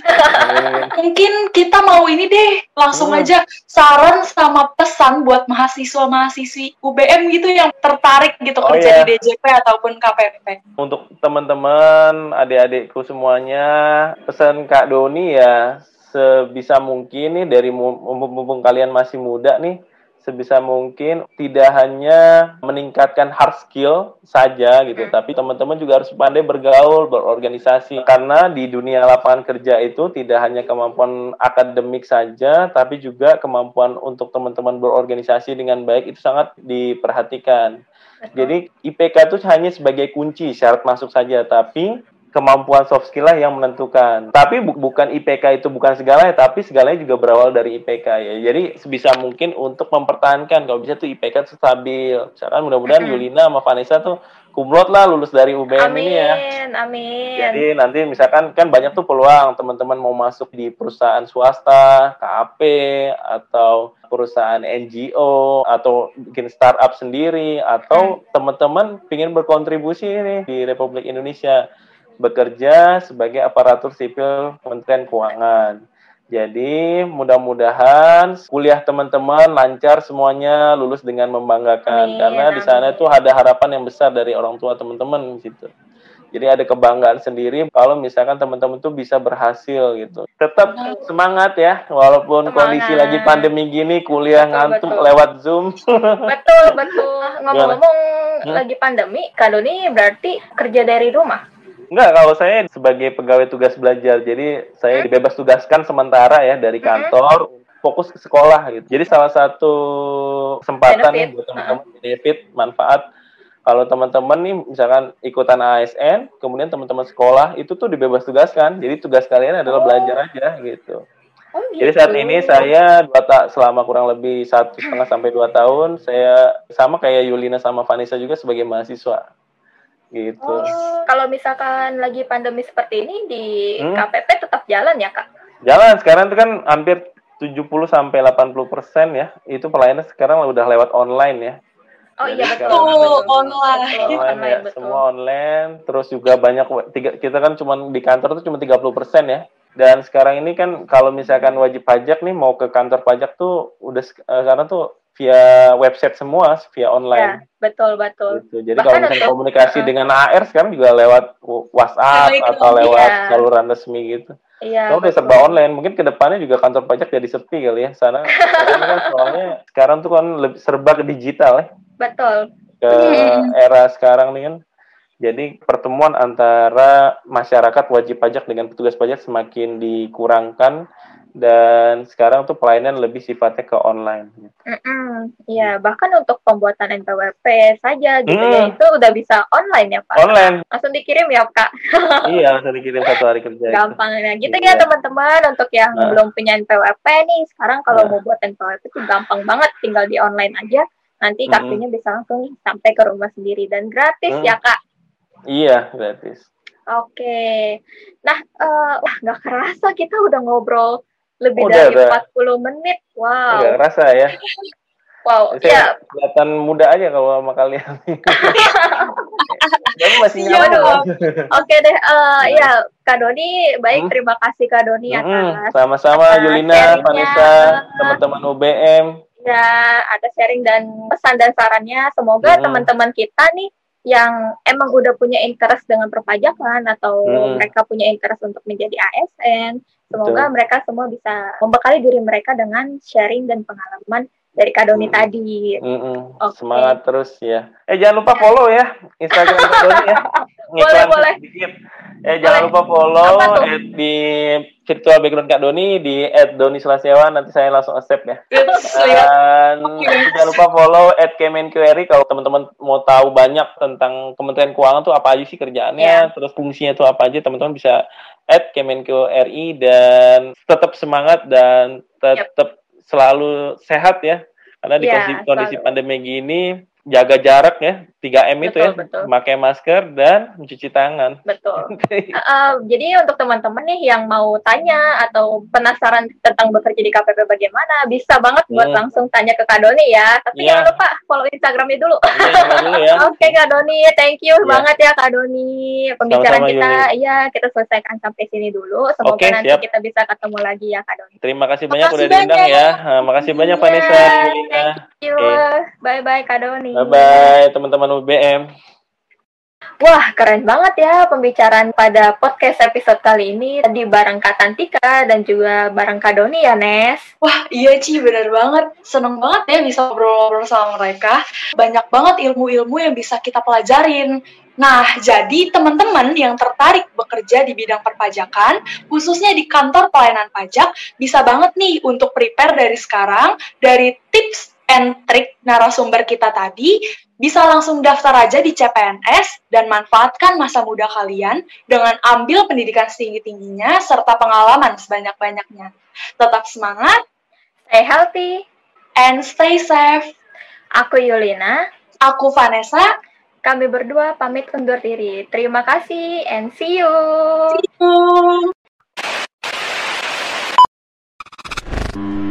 Speaker 3: Iya. Mungkin kita mau ini deh, langsung
Speaker 5: Hmm.
Speaker 3: aja saran sama pesan buat mahasiswa-mahasiswi U B M gitu yang tertarik gitu
Speaker 5: Oh,
Speaker 3: kerja
Speaker 5: iya.
Speaker 3: di D J P ataupun K P P.
Speaker 5: Untuk teman-teman, adik-adikku semuanya, pesan Kak Doni ya, sebisa mungkin nih dari mu- mumpung kalian masih muda nih, sebisa mungkin tidak hanya meningkatkan hard skill saja gitu, tapi teman-teman juga harus pandai bergaul, berorganisasi. Karena di dunia lapangan kerja itu tidak hanya kemampuan akademik saja, tapi juga kemampuan untuk teman-teman berorganisasi dengan baik itu sangat diperhatikan. Jadi I P K itu hanya sebagai kunci syarat masuk saja, tapi kemampuan soft skill lah yang menentukan. Tapi bu- bukan I P K itu bukan segalanya, tapi segalanya juga berawal dari I P K ya. Jadi sebisa mungkin untuk mempertahankan kalau bisa tuh I P K itu stabil. Misalkan mudah-mudahan
Speaker 2: Mm-mm.
Speaker 5: Yulina sama Vanessa tuh kumlot lah lulus dari U B M
Speaker 2: Amin,
Speaker 5: ini ya.
Speaker 2: amin.
Speaker 5: Jadi nanti misalkan kan banyak tuh peluang teman-teman mau masuk di perusahaan swasta, K A P atau perusahaan N G O atau bikin startup sendiri atau teman-teman ingin berkontribusi nih di Republik Indonesia bekerja sebagai aparatur sipil Kementerian Keuangan. Jadi mudah-mudahan kuliah teman-teman lancar semuanya, lulus dengan membanggakan.
Speaker 2: Amin,
Speaker 5: Karena di sana
Speaker 2: amin.
Speaker 5: itu ada harapan yang besar dari orang tua teman-teman gitu. Jadi ada kebanggaan sendiri kalau misalkan teman-teman tuh bisa berhasil gitu. Tetap semangat ya, walaupun
Speaker 2: Semangat.
Speaker 5: kondisi lagi pandemi gini, kuliah
Speaker 2: Betul,
Speaker 5: ngantuk
Speaker 2: betul.
Speaker 5: lewat Zoom.
Speaker 2: Betul, betul. Ngomong-ngomong
Speaker 5: Hmm?
Speaker 2: lagi pandemi, Kak Doni berarti kerja dari rumah.
Speaker 5: Enggak, kalau saya sebagai pegawai tugas belajar, jadi saya
Speaker 2: Hmm?
Speaker 5: dibebas tugaskan sementara ya dari kantor, fokus ke sekolah gitu. Jadi salah satu kesempatan nih
Speaker 2: Benefit.
Speaker 5: buat teman-teman, benefit, manfaat. Kalau teman-teman nih misalkan ikutan A S N, kemudian teman-teman sekolah itu tuh dibebas tugaskan. Jadi tugas kalian adalah
Speaker 2: Oh.
Speaker 5: belajar aja gitu.
Speaker 2: Oh,
Speaker 5: Jadi saat ini saya dua ta- selama kurang lebih satu setengah sampai dua tahun, saya sama kayak Yulina sama Vanessa juga sebagai mahasiswa gitu.
Speaker 2: Oh, kalau misalkan lagi pandemi seperti ini di
Speaker 5: Hmm?
Speaker 2: K P P tetap jalan ya, Kak?
Speaker 5: Jalan sekarang tuh kan hampir tujuh puluh sampai delapan puluh persen ya. Itu pelayanan sekarang udah lewat online ya.
Speaker 2: Oh
Speaker 5: Jadi
Speaker 2: iya betul.
Speaker 5: sekarang
Speaker 2: betul,
Speaker 3: Betul,
Speaker 2: betul,
Speaker 3: online.
Speaker 2: betul,
Speaker 5: Online
Speaker 2: online,
Speaker 5: ya,
Speaker 2: betul.
Speaker 5: semua online. Terus juga banyak wa- tiga, kita kan cuma di kantor tuh cuma tiga puluh persen ya. Dan sekarang ini kan kalau misalkan wajib pajak nih mau ke kantor pajak tuh udah sek- eh, sekarang tuh via website semua, via
Speaker 2: Ya,
Speaker 5: online.
Speaker 2: betul betul.
Speaker 5: Gitu. Jadi
Speaker 2: Bahkan
Speaker 5: kalau misalnya
Speaker 2: untuk-
Speaker 5: komunikasi
Speaker 2: uh-uh.
Speaker 5: dengan A R sekarang juga lewat WhatsApp
Speaker 3: Baik,
Speaker 5: atau lewat
Speaker 2: iya.
Speaker 5: saluran resmi gitu.
Speaker 2: Iya.
Speaker 5: Kalau udah
Speaker 2: betul.
Speaker 5: serba online, mungkin kedepannya juga kantor pajak jadi sepi kali ya. Sana karena kan soalnya sekarang tuh kan lebih serba ke digital ya,
Speaker 2: Betul.
Speaker 5: ke era sekarang nih kan. Jadi pertemuan antara masyarakat wajib pajak dengan petugas pajak semakin dikurangkan dan sekarang tuh pelayanan lebih sifatnya ke online.
Speaker 2: Mm-mm. Iya, bahkan untuk pembuatan N P W P saja gitu
Speaker 5: Hmm.
Speaker 2: ya, itu udah bisa online ya, Pak?
Speaker 5: Online,
Speaker 2: Langsung dikirim ya, Kak?
Speaker 5: iya, bisa dikirim satu hari kerja. itu.
Speaker 2: Gampang ya. Gitu
Speaker 5: Iya.
Speaker 2: ya, teman-teman. Untuk yang
Speaker 5: Nah.
Speaker 2: belum punya N P W P nih, sekarang kalau
Speaker 5: Nah.
Speaker 2: mau buat N P W P itu gampang banget. Tinggal di online aja. Nanti
Speaker 5: Mm-mm.
Speaker 2: kartunya bisa langsung sampai ke rumah sendiri. Dan gratis
Speaker 5: Hmm.
Speaker 2: ya, Kak?
Speaker 5: Iya, gratis.
Speaker 2: Oke. Nah, eh, wah nggak kerasa kita udah ngobrol lebih
Speaker 5: Udah,
Speaker 2: dari
Speaker 5: udah.
Speaker 2: empat puluh menit. Wow.
Speaker 5: Nggak kerasa ya.
Speaker 2: Wow.
Speaker 5: Saya
Speaker 2: Ya,
Speaker 5: kelihatan muda aja kalau sama kalian. Jadi masih
Speaker 3: Siap.
Speaker 5: nyaman.
Speaker 3: Waduh.
Speaker 2: oke deh. Eh, ya, Kak Doni, baik.
Speaker 5: Hmm.
Speaker 2: Terima kasih Kak Doni
Speaker 5: Mm-mm.
Speaker 2: atas
Speaker 5: Sama-sama
Speaker 2: atas
Speaker 5: Yulina,
Speaker 2: sharingnya.
Speaker 5: Vanessa, teman-teman U B M.
Speaker 2: ya atas sharing dan pesan dan sarannya. Semoga
Speaker 5: Mm-mm.
Speaker 2: teman-teman kita nih yang emang udah punya interest dengan perpajakan atau
Speaker 5: Mm-mm.
Speaker 2: mereka punya interest untuk menjadi A S N Semoga
Speaker 5: Betul.
Speaker 2: mereka semua bisa membekali diri mereka dengan sharing dan pengalaman dari Kak Doni
Speaker 5: Hmm.
Speaker 2: tadi.
Speaker 5: Mm-mm.
Speaker 2: Oke.
Speaker 5: Semangat terus ya. Eh jangan lupa follow ya Instagram Kak Doni ya.
Speaker 2: Boleh, boleh.
Speaker 5: Sedikit. Eh jangan
Speaker 2: Boleh.
Speaker 5: lupa follow
Speaker 2: Apa tuh?
Speaker 5: at di virtual background Kak Doni di at Doni Sulastyawan, nanti saya langsung accept ya. Dan jangan lupa follow at kemenqri kalau teman-teman mau tahu banyak tentang Kementerian Keuangan tuh apa aja sih kerjaannya,
Speaker 2: Yeah.
Speaker 5: terus fungsinya tuh apa aja, teman-teman bisa at kemenqri dan tetap semangat dan tetap selalu sehat ya, karena di
Speaker 2: Iya,
Speaker 5: kondisi, kondisi
Speaker 2: selalu.
Speaker 5: pandemi gini jaga jarak ya, tiga M itu
Speaker 2: Betul,
Speaker 5: ya,
Speaker 2: betul.
Speaker 5: pakai masker dan mencuci tangan.
Speaker 2: Betul. Uh, jadi untuk teman-teman nih yang mau tanya atau penasaran tentang bekerja di K P P bagaimana, bisa banget buat
Speaker 5: Hmm.
Speaker 2: langsung tanya ke Kak Doni ya. Tapi
Speaker 5: Iya.
Speaker 2: jangan lupa follow Instagramnya dulu.
Speaker 5: Iya, jangan dulu ya.
Speaker 2: Oke Kak Doni, thank you
Speaker 5: Iya.
Speaker 2: banget ya Kak Doni. Pembicaraan
Speaker 5: Sama-sama,
Speaker 2: kita,
Speaker 5: Yuli.
Speaker 2: iya kita selesaikan sampai sini dulu. Semoga
Speaker 5: Oke,
Speaker 2: nanti
Speaker 5: siap.
Speaker 2: kita bisa ketemu lagi ya Kak Doni.
Speaker 5: Terima kasih banyak
Speaker 3: Makasih
Speaker 5: udah diundang
Speaker 3: banyak.
Speaker 5: ya. Nah, makasih banyak
Speaker 2: Iya,
Speaker 5: Vanessa, Yulina.
Speaker 2: thank you.
Speaker 5: Oke.
Speaker 2: Bye-bye Kak Doni.
Speaker 5: Bye bye teman-teman U B M.
Speaker 2: Wah, keren banget ya pembicaraan pada podcast episode kali ini. Tadi bareng Kak Tantika dan juga bareng Kak Doni ya, Nes.
Speaker 3: Wah, iya Ci, benar banget. Seneng banget ya bisa ngobrol-ngobrol sama mereka. Banyak banget ilmu-ilmu yang bisa kita pelajarin. Nah, jadi teman-teman yang tertarik bekerja di bidang perpajakan, khususnya di kantor pelayanan pajak, bisa banget nih untuk prepare dari sekarang, dari tips and trik narasumber kita tadi, bisa langsung daftar aja di C P N S dan manfaatkan masa muda kalian dengan ambil pendidikan setinggi-tingginya serta pengalaman sebanyak-banyaknya. Tetap semangat,
Speaker 2: Stay healthy.
Speaker 3: and stay safe.
Speaker 2: Aku Yulina.
Speaker 3: Aku Vanessa.
Speaker 2: Kami berdua pamit undur diri. Terima kasih and see you.
Speaker 3: See you.